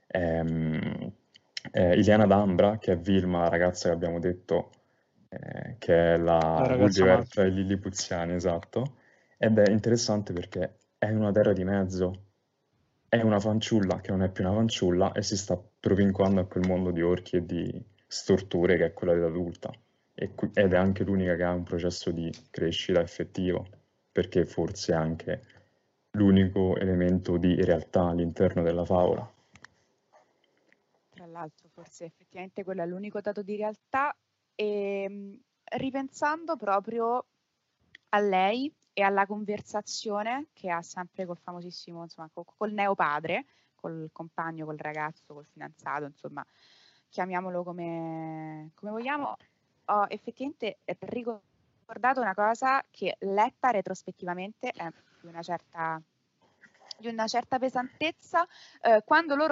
Ileana D'Ambra, che è Vilma, la ragazza che abbiamo detto che è La la ragazza Gulliver matta. tra i Lillipuziani, esatto. Ed è interessante perché è in una terra di mezzo, è una fanciulla che non è più una fanciulla e si sta provincolando a quel mondo di orchi e di storture che è quella dell'adulta. Ed è anche l'unica che ha un processo di crescita effettivo, perché forse è anche l'unico elemento di realtà all'interno della favola. Tra l'altro, forse effettivamente quello è l'unico dato di realtà. E ripensando proprio a lei e alla conversazione che ha sempre col famosissimo, insomma, col neopadre, col compagno, col ragazzo, col fidanzato, insomma, chiamiamolo come vogliamo, ho effettivamente ricordato una cosa che, letta retrospettivamente, è di una certa pesantezza, quando loro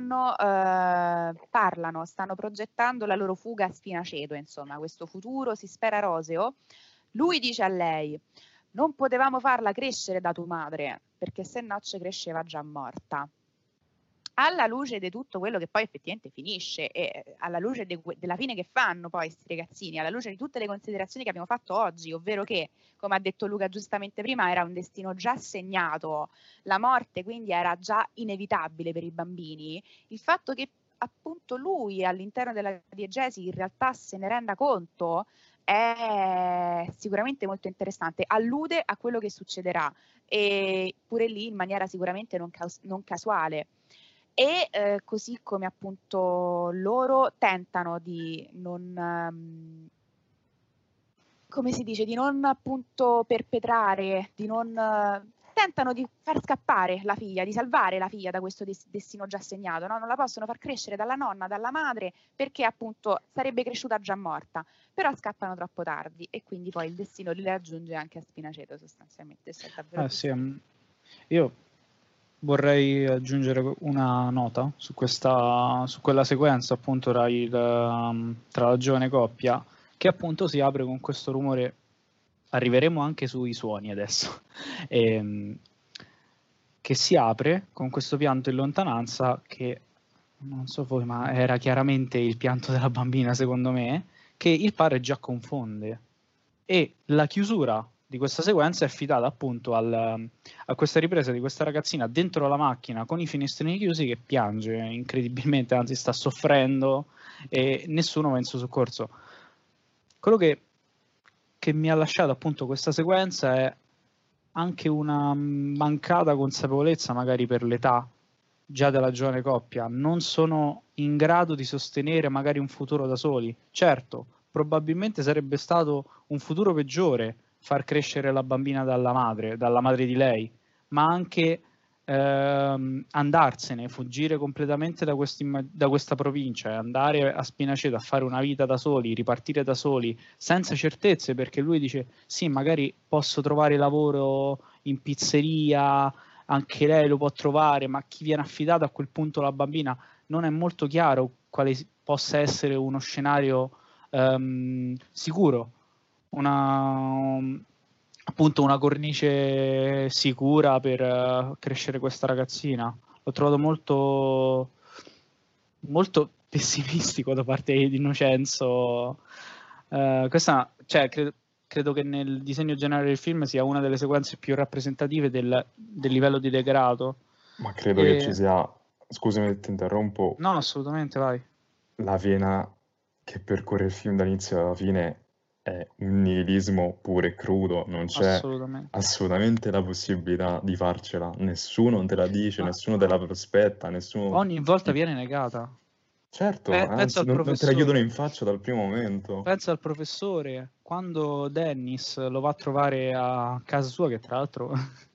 parlano, stanno progettando la loro fuga a Spinaceto, insomma, questo futuro si spera roseo. Lui dice a lei: non potevamo farla crescere da tua madre, perché se no ci cresceva già morta. Alla luce di tutto quello che poi effettivamente finisce, e alla luce della fine che fanno poi questi ragazzini, alla luce di tutte le considerazioni che abbiamo fatto oggi, ovvero che, come ha detto Luca giustamente prima, era un destino già segnato, la morte quindi era già inevitabile per i bambini, il fatto che appunto lui all'interno della diegesi in realtà se ne renda conto è sicuramente molto interessante, allude a quello che succederà, e pure lì in maniera sicuramente non casuale. E così come appunto loro tentano di non, come si dice, di non appunto perpetrare, tentano di far scappare la figlia, di salvare la figlia da questo destino già segnato, no? Non la possono far crescere dalla nonna, dalla madre, perché appunto sarebbe cresciuta già morta, però scappano troppo tardi e quindi poi il destino li raggiunge anche a Spinaceto sostanzialmente. Sì, io vorrei aggiungere una nota su quella sequenza appunto tra la giovane coppia, che appunto si apre con questo rumore. Arriveremo anche sui suoni adesso. Che si apre con questo pianto in lontananza che, non so voi, ma era chiaramente il pianto della bambina, secondo me, che il padre già confonde. E la chiusura di questa sequenza è affidata appunto a questa ripresa di questa ragazzina dentro la macchina con i finestrini chiusi che piange incredibilmente, anzi sta soffrendo e nessuno va in suo soccorso. Quello che mi ha lasciato appunto questa sequenza è anche una mancata consapevolezza magari per l'età già della giovane coppia, non sono in grado di sostenere magari un futuro da soli. Certo, probabilmente sarebbe stato un futuro peggiore far crescere la bambina dalla madre di lei, ma anche andarsene, fuggire completamente da questa provincia, andare a Spinaceto a fare una vita da soli, ripartire da soli, senza certezze, perché lui dice sì, magari posso trovare lavoro in pizzeria, anche lei lo può trovare, ma chi viene affidato a quel punto la bambina, non è molto chiaro quale possa essere uno scenario sicuro, appunto una cornice sicura per crescere questa ragazzina. L'ho trovato molto, molto pessimistico da parte di Innocenzo. Questa, cioè, credo che nel disegno generale del film sia una delle sequenze più rappresentative del livello di degrado. Ma credo che ci sia, scusami se ti interrompo, No, assolutamente, vai. la vena che percorre il film dall'inizio alla fine è un nihilismo puro e crudo, non c'è assolutamente la possibilità di farcela, nessuno te la dice, nessuno te la prospetta, nessuno... Ogni volta viene negata. Certo, Penso anzi, non te la chiudono in faccia dal primo momento. Pensa al professore, quando Dennis lo va a trovare a casa sua, che tra l'altro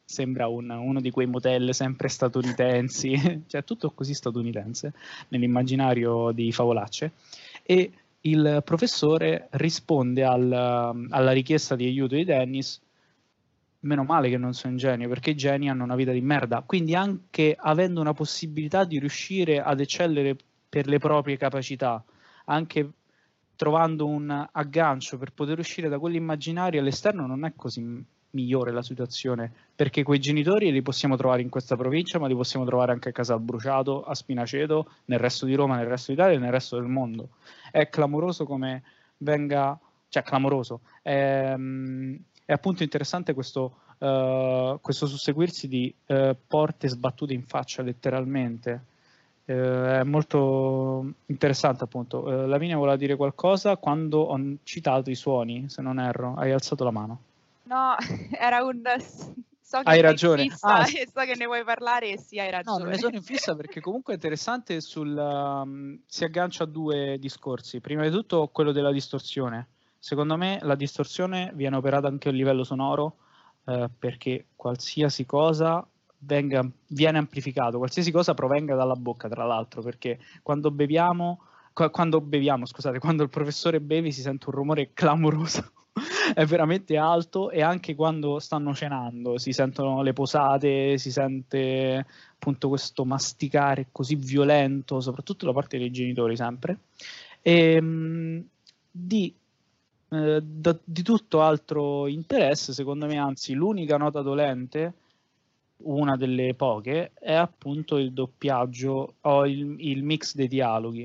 sembra uno di quei motel sempre statunitensi, cioè tutto così statunitense nell'immaginario di Favolacce, e il professore risponde alla richiesta di aiuto di Dennis: meno male che non sono genio, perché i geni hanno una vita di merda. Quindi anche avendo una possibilità di riuscire ad eccellere per le proprie capacità, anche trovando un aggancio per poter uscire da quell'immaginario all'esterno, non è così migliore la situazione, perché quei genitori li possiamo trovare in questa provincia, ma li possiamo trovare anche a Casal Bruciato, a Spinaceto, nel resto di Roma, nel resto d'Italia e nel resto del mondo. È clamoroso come venga, cioè clamoroso, è appunto interessante questo susseguirsi di porte sbattute in faccia letteralmente. È molto interessante, appunto. Lavinia voleva dire qualcosa quando ho citato i suoni, se non erro. Hai alzato la mano. No, era un... So che hai ragione. Fissa, e so che ne vuoi parlare, e sì, hai ragione. No, non ne sono in fissa perché comunque è interessante si aggancia a due discorsi. Prima di tutto quello della distorsione. Secondo me la distorsione viene operata anche a livello sonoro, perché qualsiasi cosa viene amplificato, qualsiasi cosa provenga dalla bocca, tra l'altro, perché quando beviamo, scusate, quando il professore beve si sente un rumore clamoroso, è veramente alto, e anche quando stanno cenando si sentono le posate, si sente appunto questo masticare così violento, soprattutto da parte dei genitori sempre, e di tutto altro interesse, secondo me, anzi l'unica nota dolente, una delle poche, è appunto il doppiaggio o il mix dei dialoghi.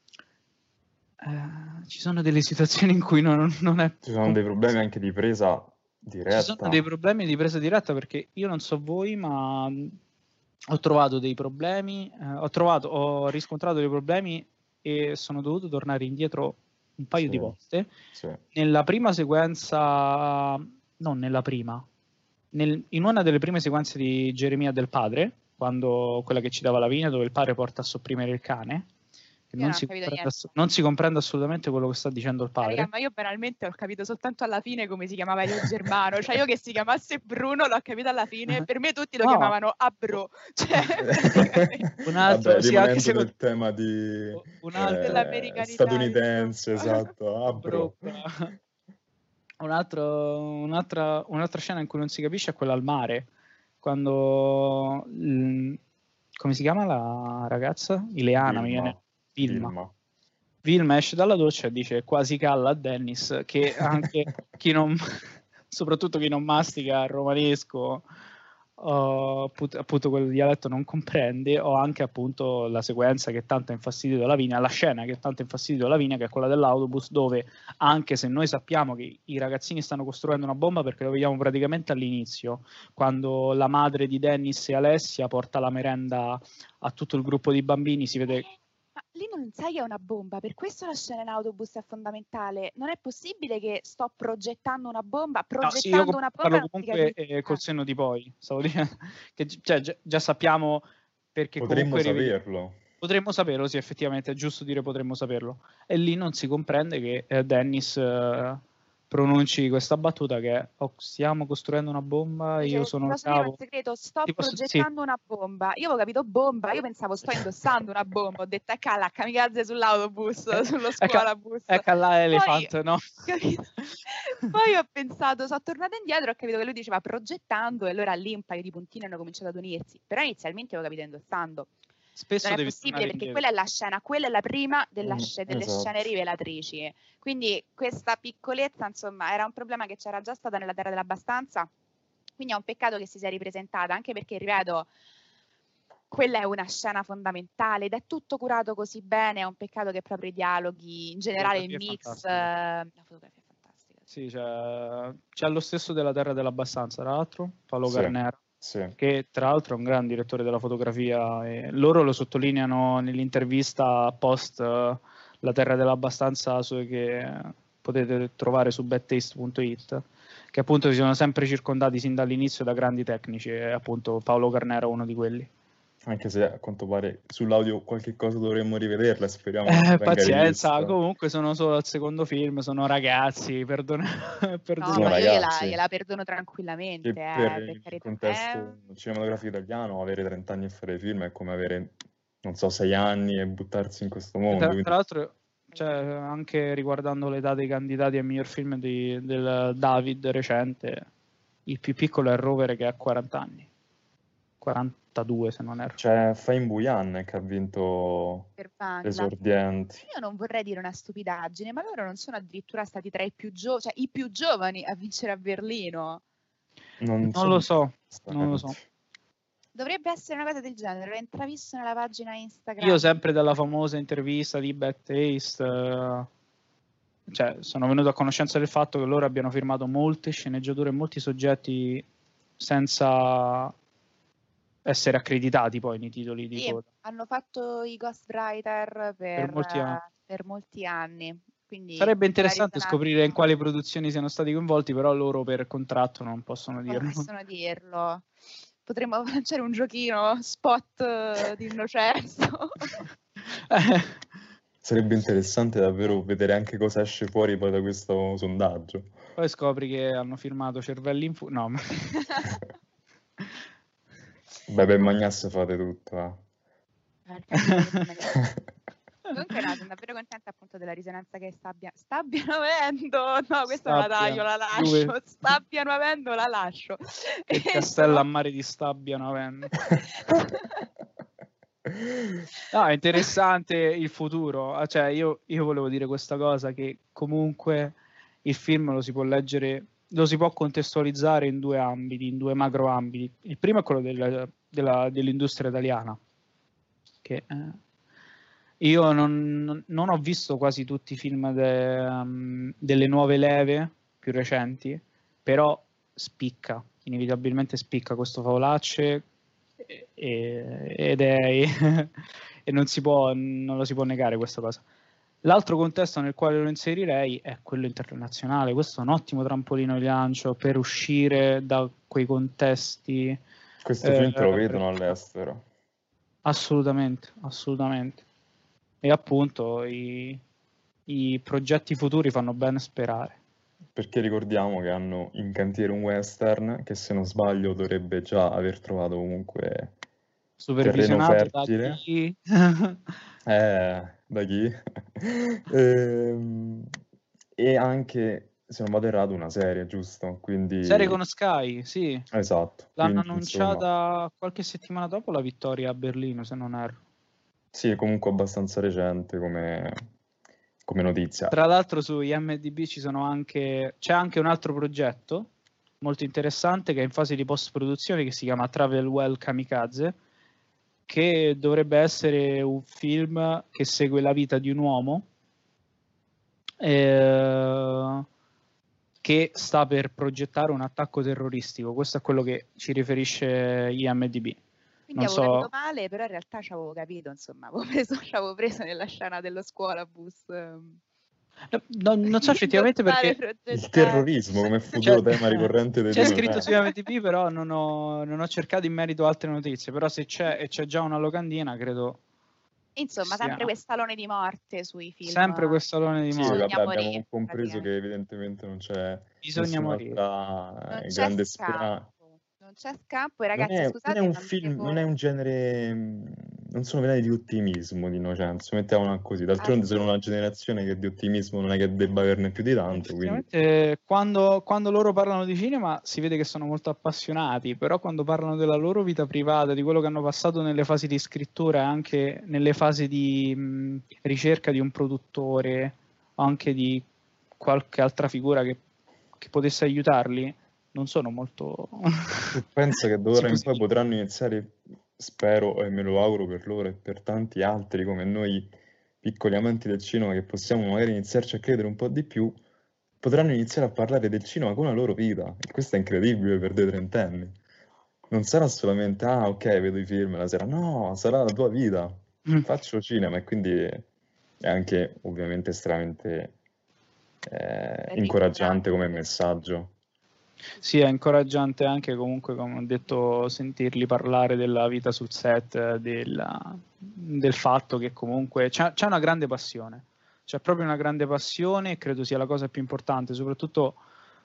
Ci sono delle situazioni in cui non è... Ci sono dei problemi anche di presa diretta. Ci sono dei problemi di presa diretta, perché io non so voi, ma ho trovato dei problemi, ho riscontrato dei problemi e sono dovuto tornare indietro un paio di volte. Sì. Nella prima sequenza, non nella prima, in una delle prime sequenze di Geremia del padre, quella che ci dava Lavinia, dove il padre porta a sopprimere il cane, che non si comprende assolutamente quello che sta dicendo il padre. Raga, ma io banalmente ho capito soltanto alla fine come si chiamava il germano, cioè io che si chiamasse Bruno l'ho capito alla fine, per me tutti lo chiamavano Abro, cioè un altro, vabbè, rimanendo nel tema di statunitense, esatto, Abro. Un'altra scena in cui non si capisce è quella al mare, quando come si chiama la ragazza? Ileana, Vilma esce dalla doccia e dice quasi calla a Dennis, che anche soprattutto chi non mastica il romanesco, appunto quel dialetto non comprende, o anche appunto la sequenza che tanto ha infastidito Lavinia, la scena che tanto ha infastidito Lavinia, che è quella dell'autobus, dove anche se noi sappiamo che i ragazzini stanno costruendo una bomba, perché lo vediamo praticamente all'inizio, quando la madre di Dennis e Alessia porta la merenda a tutto il gruppo di bambini, si vede... Ma lì non sai che è una bomba, per questo la scena in autobus è fondamentale. Non è possibile che sto progettando una bomba, una bomba. Parlo comunque col senno di poi, stavo dicendo, che cioè, già sappiamo, perché potremmo saperlo. Potremmo saperlo, sì, effettivamente è giusto dire potremmo saperlo. E lì non si comprende che Dennis pronunci questa battuta che è stiamo costruendo una bomba, io sono il capo. Un segreto, sto progettando una bomba. Io avevo capito bomba, io pensavo sto indossando una bomba, ho detto ecco la kamikaze sull'autobus, sullo scuolabus. Ecco là Elephant, no? Capito? Poi ho pensato, sono tornata indietro, ho capito che lui diceva progettando, e allora lì un paio di puntini hanno cominciato ad unirsi. Però inizialmente avevo capito indossando. Spesso non è possibile, perché quella è la scena, quella è la prima delle scene rivelatrici. Quindi questa piccolezza, insomma, era un problema che c'era già stata nella Terra dell'Abbastanza, quindi è un peccato che si sia ripresentata, anche perché, ripeto, quella è una scena fondamentale ed è tutto curato così bene, è un peccato che proprio i dialoghi, in generale il mix, la fotografia è fantastica. Sì, c'è lo stesso della Terra dell'Abbastanza, tra l'altro, Paolo Garnera. Sì. Che tra l'altro è un gran direttore della fotografia, e loro lo sottolineano nell'intervista post La Terra dell'Abbastanza, che potete trovare su badtaste.it, che appunto si sono sempre circondati sin dall'inizio da grandi tecnici, e appunto Paolo Garnera è uno di quelli. Anche se a quanto pare sull'audio qualche cosa dovremmo rivederla, speriamo venga pazienza, rivista. comunque sono solo al secondo film, sono ragazzi, No, Sono ma io ragazzi. gliela perdono tranquillamente, Che per per il carità. contesto cinematografico italiano avere 30 anni a fare film è come avere, non so, 6 anni e buttarsi in questo mondo. Tra Quindi l'altro, cioè, anche riguardando l'età dei candidati al miglior film del David recente, il più piccolo è Rovere che ha 40 anni, 42 se non erro. c'è Fain Buyan che ha vinto Per Bangla. l'esordiente. Io non vorrei dire una stupidaggine, ma loro non sono addirittura stati tra i più giovani, cioè i più giovani a vincere a Berlino. Non lo so, non lo so. onestamente. Dovrebbe essere una cosa del genere, l'ho intravisto nella pagina Instagram. Io sempre dalla famosa intervista di Bad Taste, cioè sono venuto a conoscenza del fatto che loro abbiano firmato molte sceneggiature e molti soggetti senza essere accreditati poi nei titoli di Sì, coda. hanno fatto i ghostwriter per molti anni. per molti anni. Quindi Sarebbe tutta la interessante scoprire in risonanza quali produzioni siano stati coinvolti, però loro per contratto non possono non dirlo. possono dirlo. Potremmo lanciare un giochino spot di Innocenzo. Sarebbe interessante davvero vedere anche cosa esce fuori poi da questo sondaggio. Poi scopri che hanno firmato Cervelli in Fuga. No, ma... Beh, per Magnasse fate tutto. Comunque no, sono davvero contenta appunto della risonanza che stabbiano avendo. No, questa me la taglio, la lascio. Stabbiano avendo, la lascio. Che castello a mare di Stabbiano avendo. No, è interessante il futuro. Cioè, io volevo dire questa cosa, che comunque il film lo si può leggere, lo si può contestualizzare in due ambiti, in due macro ambiti. Il primo è quello dell'industria italiana, che io non ho visto quasi tutti i film delle nuove leve più recenti, però spicca, inevitabilmente spicca questo Faolacce ed è e non lo si può negare questa cosa. L'altro contesto nel quale lo inserirei è quello internazionale. Questo è un ottimo trampolino di lancio per uscire da quei contesti. Questo film te lo vedono all'estero. Assolutamente, assolutamente. E appunto i progetti futuri fanno ben sperare. Perché ricordiamo che hanno in cantiere un western che, se non sbaglio, dovrebbe già aver trovato comunque terreno Supervisionato da fertile. chi? Da chi? E anche, se non vado errato, una serie, giusto? Quindi... Serie con Sky, sì. Esatto. L'hanno Quindi, annunciata insomma... qualche settimana dopo la vittoria a Berlino, se non erro. Sì, è comunque abbastanza recente come notizia. Tra l'altro su IMDb c'è anche un altro progetto molto interessante che è in fase di post-produzione, che si chiama Travel Well Kamikaze, che dovrebbe essere un film che segue la vita di un uomo che sta per progettare un attacco terroristico. Questo è quello che ci riferisce IMDb. Quindi avevo capito male, però in realtà ci avevo capito, insomma, ci avevo preso nella scena dello scuolabus. Non so effettivamente perché il terrorismo come futuro tema ricorrente dei c'è scritto su IMDb, però non ho cercato in merito altre notizie, però se c'è e c'è già una locandina, credo. Insomma, sempre questalone di morte sui film. Sempre questalone di morte. Sì, vabbè, abbiamo compreso che evidentemente non c'è grande speranza. Non c'è scampo, e ragazzi, scusate, non è un film, non è un genere, non sono pieni di ottimismo, di innocenza, mettiamola così. D'altronde sono una generazione che di ottimismo non è che debba averne più di tanto. Quando loro parlano di cinema si vede che sono molto appassionati, però quando parlano della loro vita privata, di quello che hanno passato nelle fasi di scrittura e anche nelle fasi di ricerca di un produttore o anche di qualche altra figura che potesse aiutarli, non sono molto... Penso che d'ora in poi potranno iniziare, spero e me lo auguro per loro e per tanti altri come noi, piccoli amanti del cinema, che possiamo magari iniziarci a credere un po' di più, potranno iniziare a parlare del cinema con la loro vita. E questo è incredibile per dei trentenni. Non sarà solamente, ok, vedo i film la sera. No, sarà la tua vita. Faccio cinema, e quindi è anche ovviamente estremamente incoraggiante come messaggio. Sì, è incoraggiante anche comunque, come ho detto, sentirli parlare della vita sul set, del fatto che comunque c'è una grande passione, c'è proprio una grande passione e credo sia la cosa più importante, soprattutto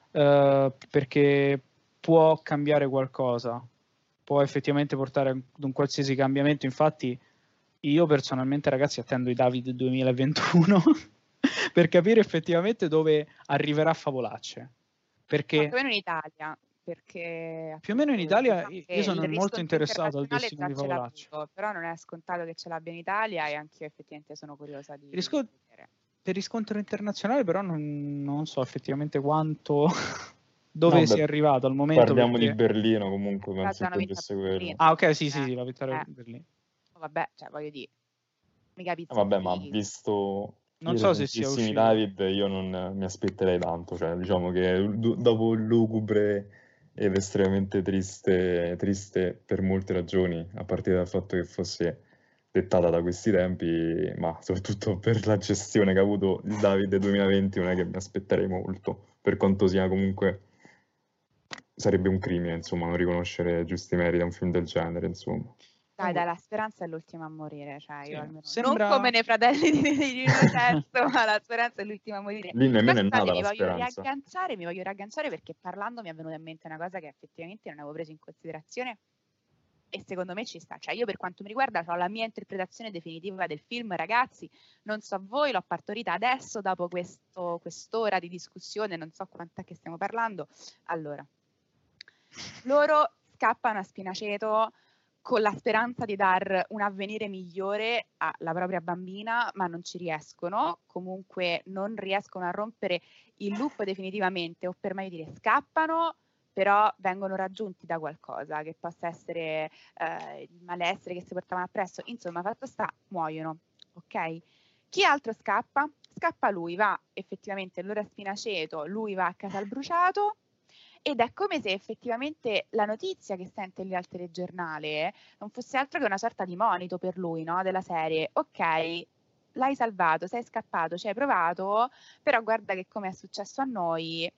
perché può cambiare qualcosa, può effettivamente portare ad un qualsiasi cambiamento. Infatti io personalmente, ragazzi, attendo i David 2021 per capire effettivamente dove arriverà Favolacce. Perché più o meno in Italia, perché più o meno in Italia diciamo io sono il molto riscontro interessato al internazionale destino già di ce l'ha Favolacci. avuto, però non è scontato che ce l'abbia in Italia e anche io effettivamente sono curiosa di vedere. Per riscontro internazionale però non so effettivamente quanto dove sia arrivato al momento. Parliamo perché... di Berlino comunque, Però penso già hanno vinto a intelligesse quello. Berlino. Ah ok, sì, la vittoria di Berlino. Vabbè, cioè voglio dire, mica Vabbè, ma pizzichi. visto Non i so se sia recentissimi uscito. David, io non mi aspetterei tanto, cioè diciamo che dopo il lugubre ed estremamente triste per molte ragioni, a partire dal fatto che fosse dettata da questi tempi, ma soprattutto per la gestione che ha avuto il David 2020, non è che mi aspetterei molto, per quanto sia comunque sarebbe un crimine, insomma, non riconoscere giusti meriti a un film del genere, insomma. Dai, la speranza è l'ultima a morire, cioè Sì, io almeno sembra... non come nei Fratelli di Innocenzo, ma la speranza è l'ultima a morire. Lì nemmeno è Scusate, nata la speranza. mi voglio riagganciare perché parlando mi è venuta in mente una cosa che effettivamente non avevo preso in considerazione e secondo me ci sta. Cioè io per quanto mi riguarda ho la mia interpretazione definitiva del film, ragazzi, non so voi, l'ho partorita adesso dopo quest'ora di discussione, non so quant'è che stiamo parlando. Allora, loro scappano a Spinaceto con la speranza di dar un avvenire migliore alla propria bambina, ma non ci riescono, comunque non riescono a rompere il loop definitivamente, o per meglio dire scappano, però vengono raggiunti da qualcosa, che possa essere il malessere che si portavano appresso, insomma fatto sta, muoiono, ok? Chi altro scappa? Scappa lui, va effettivamente allora a Spinaceto, lui va a Casalbruciato, ed è come se effettivamente la notizia che sente lì al telegiornale non fosse altro che una sorta di monito per lui, no? Della serie, ok, l'hai salvato, sei scappato, ci hai provato, però guarda che come è successo a noi,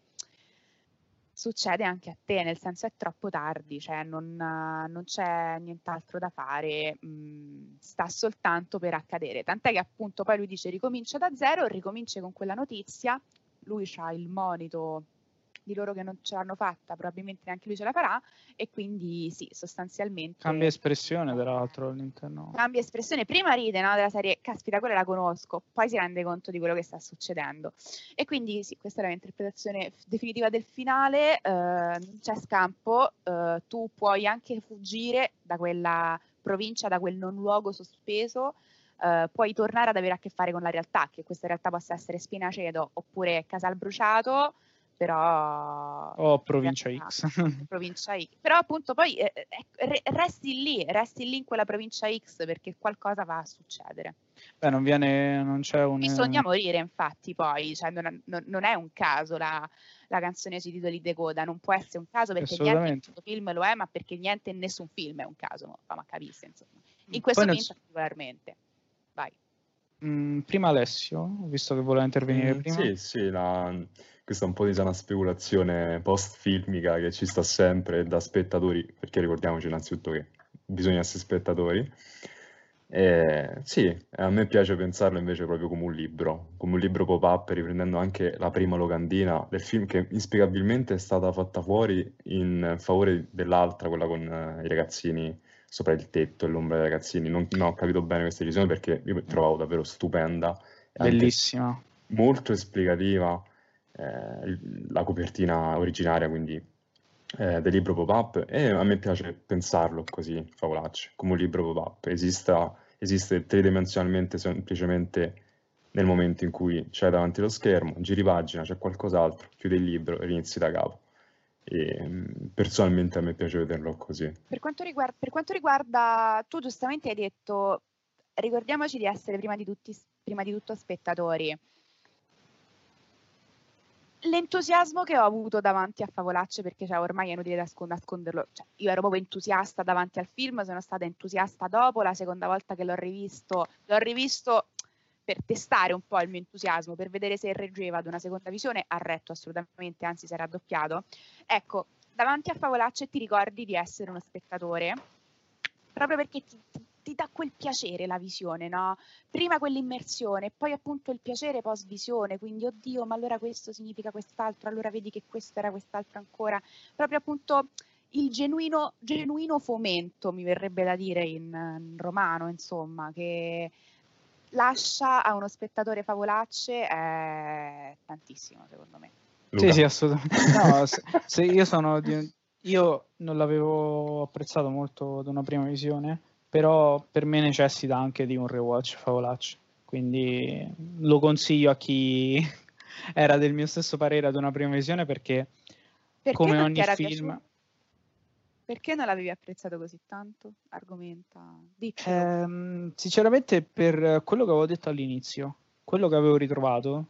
succede anche a te, nel senso è troppo tardi, cioè non c'è nient'altro da fare, sta soltanto per accadere. Tant'è che appunto poi lui dice ricomincia da zero, ricomincia con quella notizia, lui c'ha il monito di loro che non ce l'hanno fatta, probabilmente neanche lui ce la farà, e quindi sì, sostanzialmente Cambia espressione tra l'altro all'interno. cambia espressione, prima ride, no, della serie caspita quella la conosco, poi si rende conto di quello che sta succedendo e quindi sì, questa è la mia interpretazione definitiva del finale, non c'è scampo, tu puoi anche fuggire da quella provincia, da quel non luogo sospeso, puoi tornare ad avere a che fare con la realtà, che questa realtà possa essere Spinaceto oppure Casalbruciato, però provincia X. provincia X. Però appunto poi resti lì in quella provincia X perché qualcosa va a succedere. Beh, non c'è un... Bisogna morire, infatti, poi, cioè, non è un caso la canzone sui titoli di coda, non può essere un caso perché niente in questo film lo è, ma perché niente in nessun film è un caso, ma capisci, insomma. In questo film particolarmente. Vai. Prima Alessio, visto che voleva intervenire prima. Sì, questa è un po' di sana speculazione post-filmica che ci sta sempre da spettatori, perché ricordiamoci innanzitutto che bisogna essere spettatori. Sì, a me piace pensarlo invece proprio come un libro pop-up, riprendendo anche la prima locandina del film che inspiegabilmente è stata fatta fuori in favore dell'altra, quella con i ragazzini sopra il tetto e l'ombra dei ragazzini. Non ho capito bene questa decisione perché io trovavo davvero stupenda. Bellissima. Molto esplicativa, la copertina originaria, quindi del libro pop-up, e a me piace pensarlo così, Favolacci, come un libro pop-up. Esiste tridimensionalmente semplicemente nel momento in cui c'è davanti lo schermo, giri pagina, c'è qualcos'altro, chiudi il libro e inizi da capo. E personalmente a me piace vederlo così. Per quanto riguarda, tu giustamente hai detto, ricordiamoci di essere prima di tutto spettatori. L'entusiasmo che ho avuto davanti a Favolacce, perché cioè, ormai è inutile nasconderlo, cioè, io ero proprio entusiasta davanti al film, sono stata entusiasta dopo, la seconda volta che l'ho rivisto per testare un po' il mio entusiasmo, per vedere se reggeva ad una seconda visione, ha retto assolutamente, anzi si è raddoppiato. Ecco, davanti a Favolacce ti ricordi di essere uno spettatore, proprio perché ti dà quel piacere la visione, no? Prima quell'immersione, poi appunto il piacere post visione, quindi oddio, ma allora questo significa quest'altro, allora vedi che questo era quest'altro ancora, proprio appunto il genuino fomento, mi verrebbe da dire in romano, insomma, che lascia a uno spettatore Favolacce è tantissimo, secondo me. Luca. Sì, assolutamente. No, se io non l'avevo apprezzato molto ad una prima visione, però per me necessita anche di un rewatch Favolacce, quindi lo consiglio a chi era del mio stesso parere ad una prima visione, perché come ogni film... Piaciuto? Perché non l'avevi apprezzato così tanto? Argomenta, diccelo. Sinceramente, per quello che avevo detto all'inizio, quello che avevo ritrovato,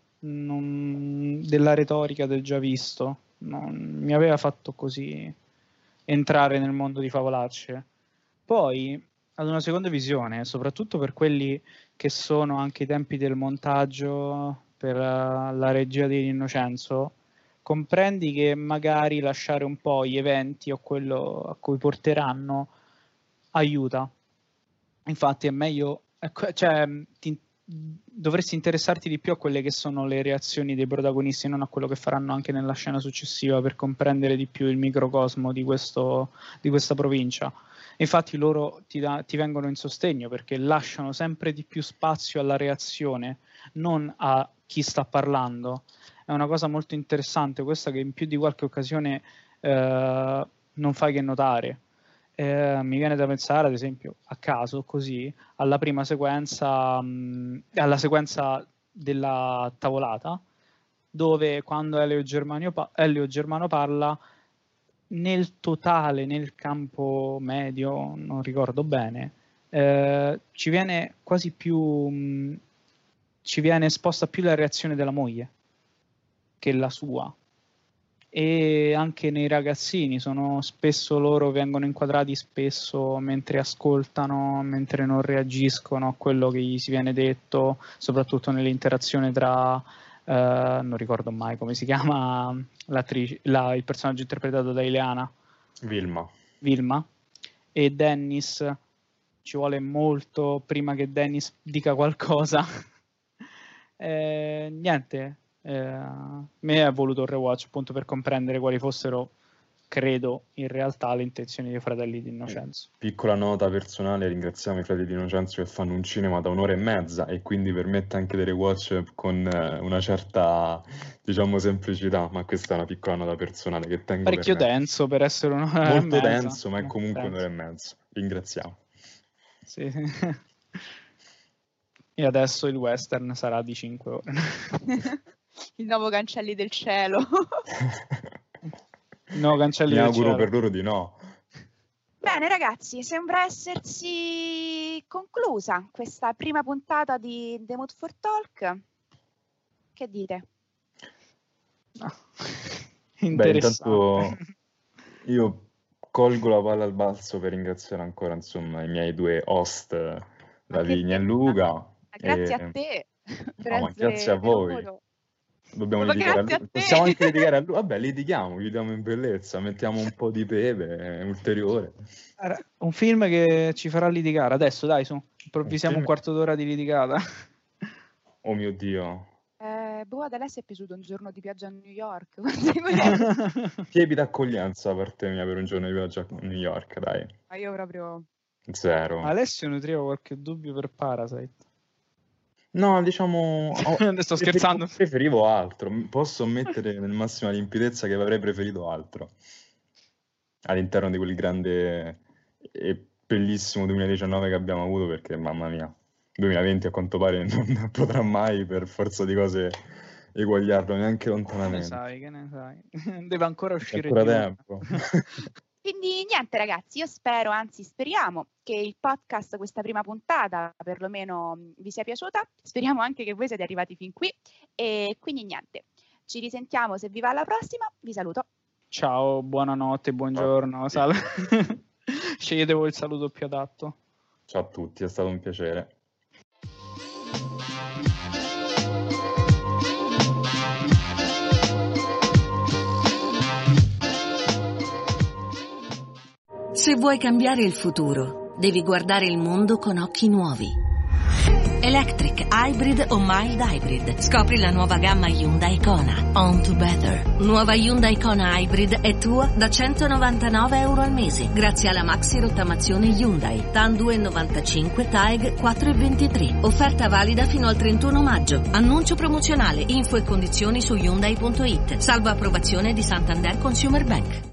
della retorica del già visto, non mi aveva fatto così entrare nel mondo di Favolacce. Poi, ad una seconda visione, soprattutto per quelli che sono anche i tempi del montaggio, per la regia di Innocenzo, comprendi che magari lasciare un po' gli eventi o quello a cui porteranno aiuta. Infatti è meglio, cioè, dovresti interessarti di più a quelle che sono le reazioni dei protagonisti, non a quello che faranno anche nella scena successiva, per comprendere di più il microcosmo di questa provincia. Infatti loro ti vengono in sostegno, perché lasciano sempre di più spazio alla reazione, non a chi sta parlando. È una cosa molto interessante questa, che in più di qualche occasione non fai che notare. Mi viene da pensare, ad esempio, a caso così, alla prima sequenza, alla sequenza della tavolata, dove quando Elio Germano parla, nel totale, nel campo medio, non ricordo bene, ci viene quasi più, ci viene esposta più la reazione della moglie che la sua. E anche nei ragazzini spesso loro vengono inquadrati spesso mentre ascoltano, mentre non reagiscono a quello che gli si viene detto, soprattutto nell'interazione tra non ricordo mai come si chiama l'attrice, il personaggio interpretato da Ileana Vilma e Dennis. Ci vuole molto prima che Dennis dica qualcosa. Niente, me ha voluto un rewatch appunto per comprendere quali fossero, credo, in realtà le intenzioni dei fratelli di Innocenzo. Piccola nota personale, ringraziamo i fratelli di Innocenzo che fanno un cinema da 1 ora e mezza e quindi permette anche dei rewatch con una certa, diciamo, semplicità, ma questa è una piccola nota personale che tengo parecchio denso per essere un'ora molto e mezza. denso, ma è comunque 1 ora e mezza. Ringraziamo. Sì. E adesso il western sarà di 5 ore. Il nuovo Cancelli del Cielo. No, Cancelli Mi del auguro Cielo. per loro di no. Bene ragazzi, sembra essersi conclusa questa prima puntata di The Mood for Talk. Che dite? Beh, intanto io colgo la palla al balzo per ringraziare ancora, insomma, i miei 2 host, Lavinia e Luca. Grazie a te. No, ma grazie a voi. Dobbiamo litigare possiamo anche litigare a lui. Vabbè, litighiamo, chiudiamo in bellezza, mettiamo un po' di pepe ulteriore. Un film che ci farà litigare adesso, dai, su. Improvvisiamo un quarto d'ora di litigata. Oh mio Dio. Ad Alessia è piaciuto un giorno di pioggia a New York. Tiepida accoglienza da parte mia per un giorno di pioggia a New York, dai. Ma io proprio... Zero. Alessio nutriva qualche dubbio per Parasite. No, diciamo... Sto scherzando. Preferivo altro. Posso ammettere nel massima limpidezza che avrei preferito altro. All'interno di quel grande e bellissimo 2019 che abbiamo avuto, perché, mamma mia, 2020 a quanto pare non potrà mai, per forza di cose, eguagliarlo, neanche lontanamente. Che ne sai? Deve ancora uscire. C'è ancora tempo. Quindi niente ragazzi, io spero, anzi speriamo che il podcast, questa prima puntata, perlomeno vi sia piaciuta. Speriamo anche che voi siete arrivati fin qui. E quindi niente, ci risentiamo se vi va alla prossima. Vi saluto. Ciao, buonanotte, buongiorno, salve. Scegliete voi il saluto più adatto. Ciao a tutti, è stato un piacere. Se vuoi cambiare il futuro, devi guardare il mondo con occhi nuovi. Electric, hybrid o mild hybrid. Scopri la nuova gamma Hyundai Kona. On to better. Nuova Hyundai Kona Hybrid è tua da €199 al mese, grazie alla maxi rottamazione Hyundai. TAN 2,95, TAEG 4,23. Offerta valida fino al 31 maggio. Annuncio promozionale. Info e condizioni su Hyundai.it. Salvo approvazione di Santander Consumer Bank.